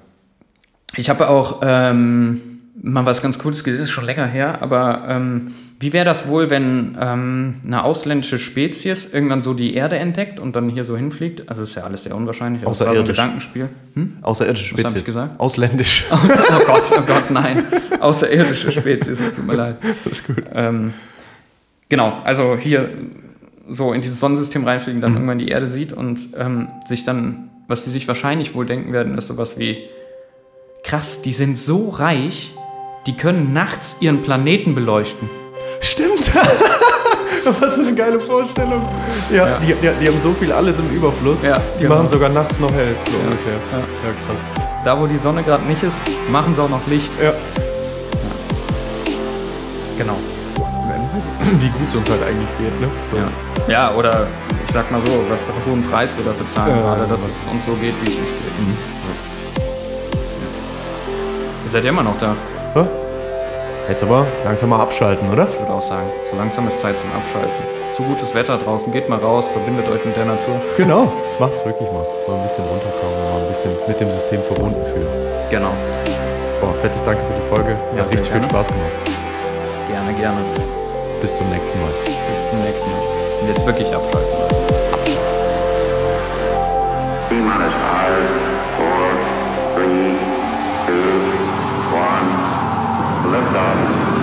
Ich habe auch ähm, mal was ganz Cooles gelesen, ist schon länger her, aber ähm, wie wäre das wohl, wenn ähm, eine ausländische Spezies irgendwann so die Erde entdeckt und dann hier so hinfliegt? Also ist ja alles sehr unwahrscheinlich. Außerirdisch. Das war so ein Gedankenspiel. Hm? Außerirdische Spezies. Was habe ich gesagt? Ausländisch. Oh Gott, oh Gott, nein. Außerirdische Spezies, tut mir leid. Das ist gut. Ähm, genau, also hier so in dieses Sonnensystem reinfliegen, dann mhm. irgendwann die Erde sieht und ähm, sich dann, was die sich wahrscheinlich wohl denken werden, ist sowas wie, krass, die sind so reich, die können nachts ihren Planeten beleuchten. Stimmt. Was für eine geile Vorstellung. Ja, ja. Die, die, die haben so viel alles im Überfluss, ja, die genau. machen sogar nachts noch hell, so ja. ungefähr. Ja. ja, krass. Da, wo die Sonne gerade nicht ist, machen sie auch noch Licht. Ja. ja. Genau. Wie gut es uns halt eigentlich geht, ne? So. Ja. ja, oder ich sag mal so, was für einen hohen Preis wir dafür zahlen, ja, gerade, dass was. es uns so geht, wie es uns geht. Mhm. Ja. Ihr seid ja immer noch da. Hä? Jetzt aber langsam mal abschalten, oder? Ich würde auch sagen, so langsam ist Zeit zum Abschalten. Zu gutes Wetter draußen, geht mal raus, verbindet euch mit der Natur. Genau, macht's wirklich mal. Mal ein bisschen runterkommen, mal ein bisschen mit dem System verbunden fühlen. Genau. Boah, fettes Danke für die Folge. Ja, hat richtig viel Spaß gemacht. Gerne, gerne. Bis zum nächsten Mal. Bis zum nächsten Mal. Und jetzt wirklich abschalten. T-minus five, four, three, two, one. Lift off.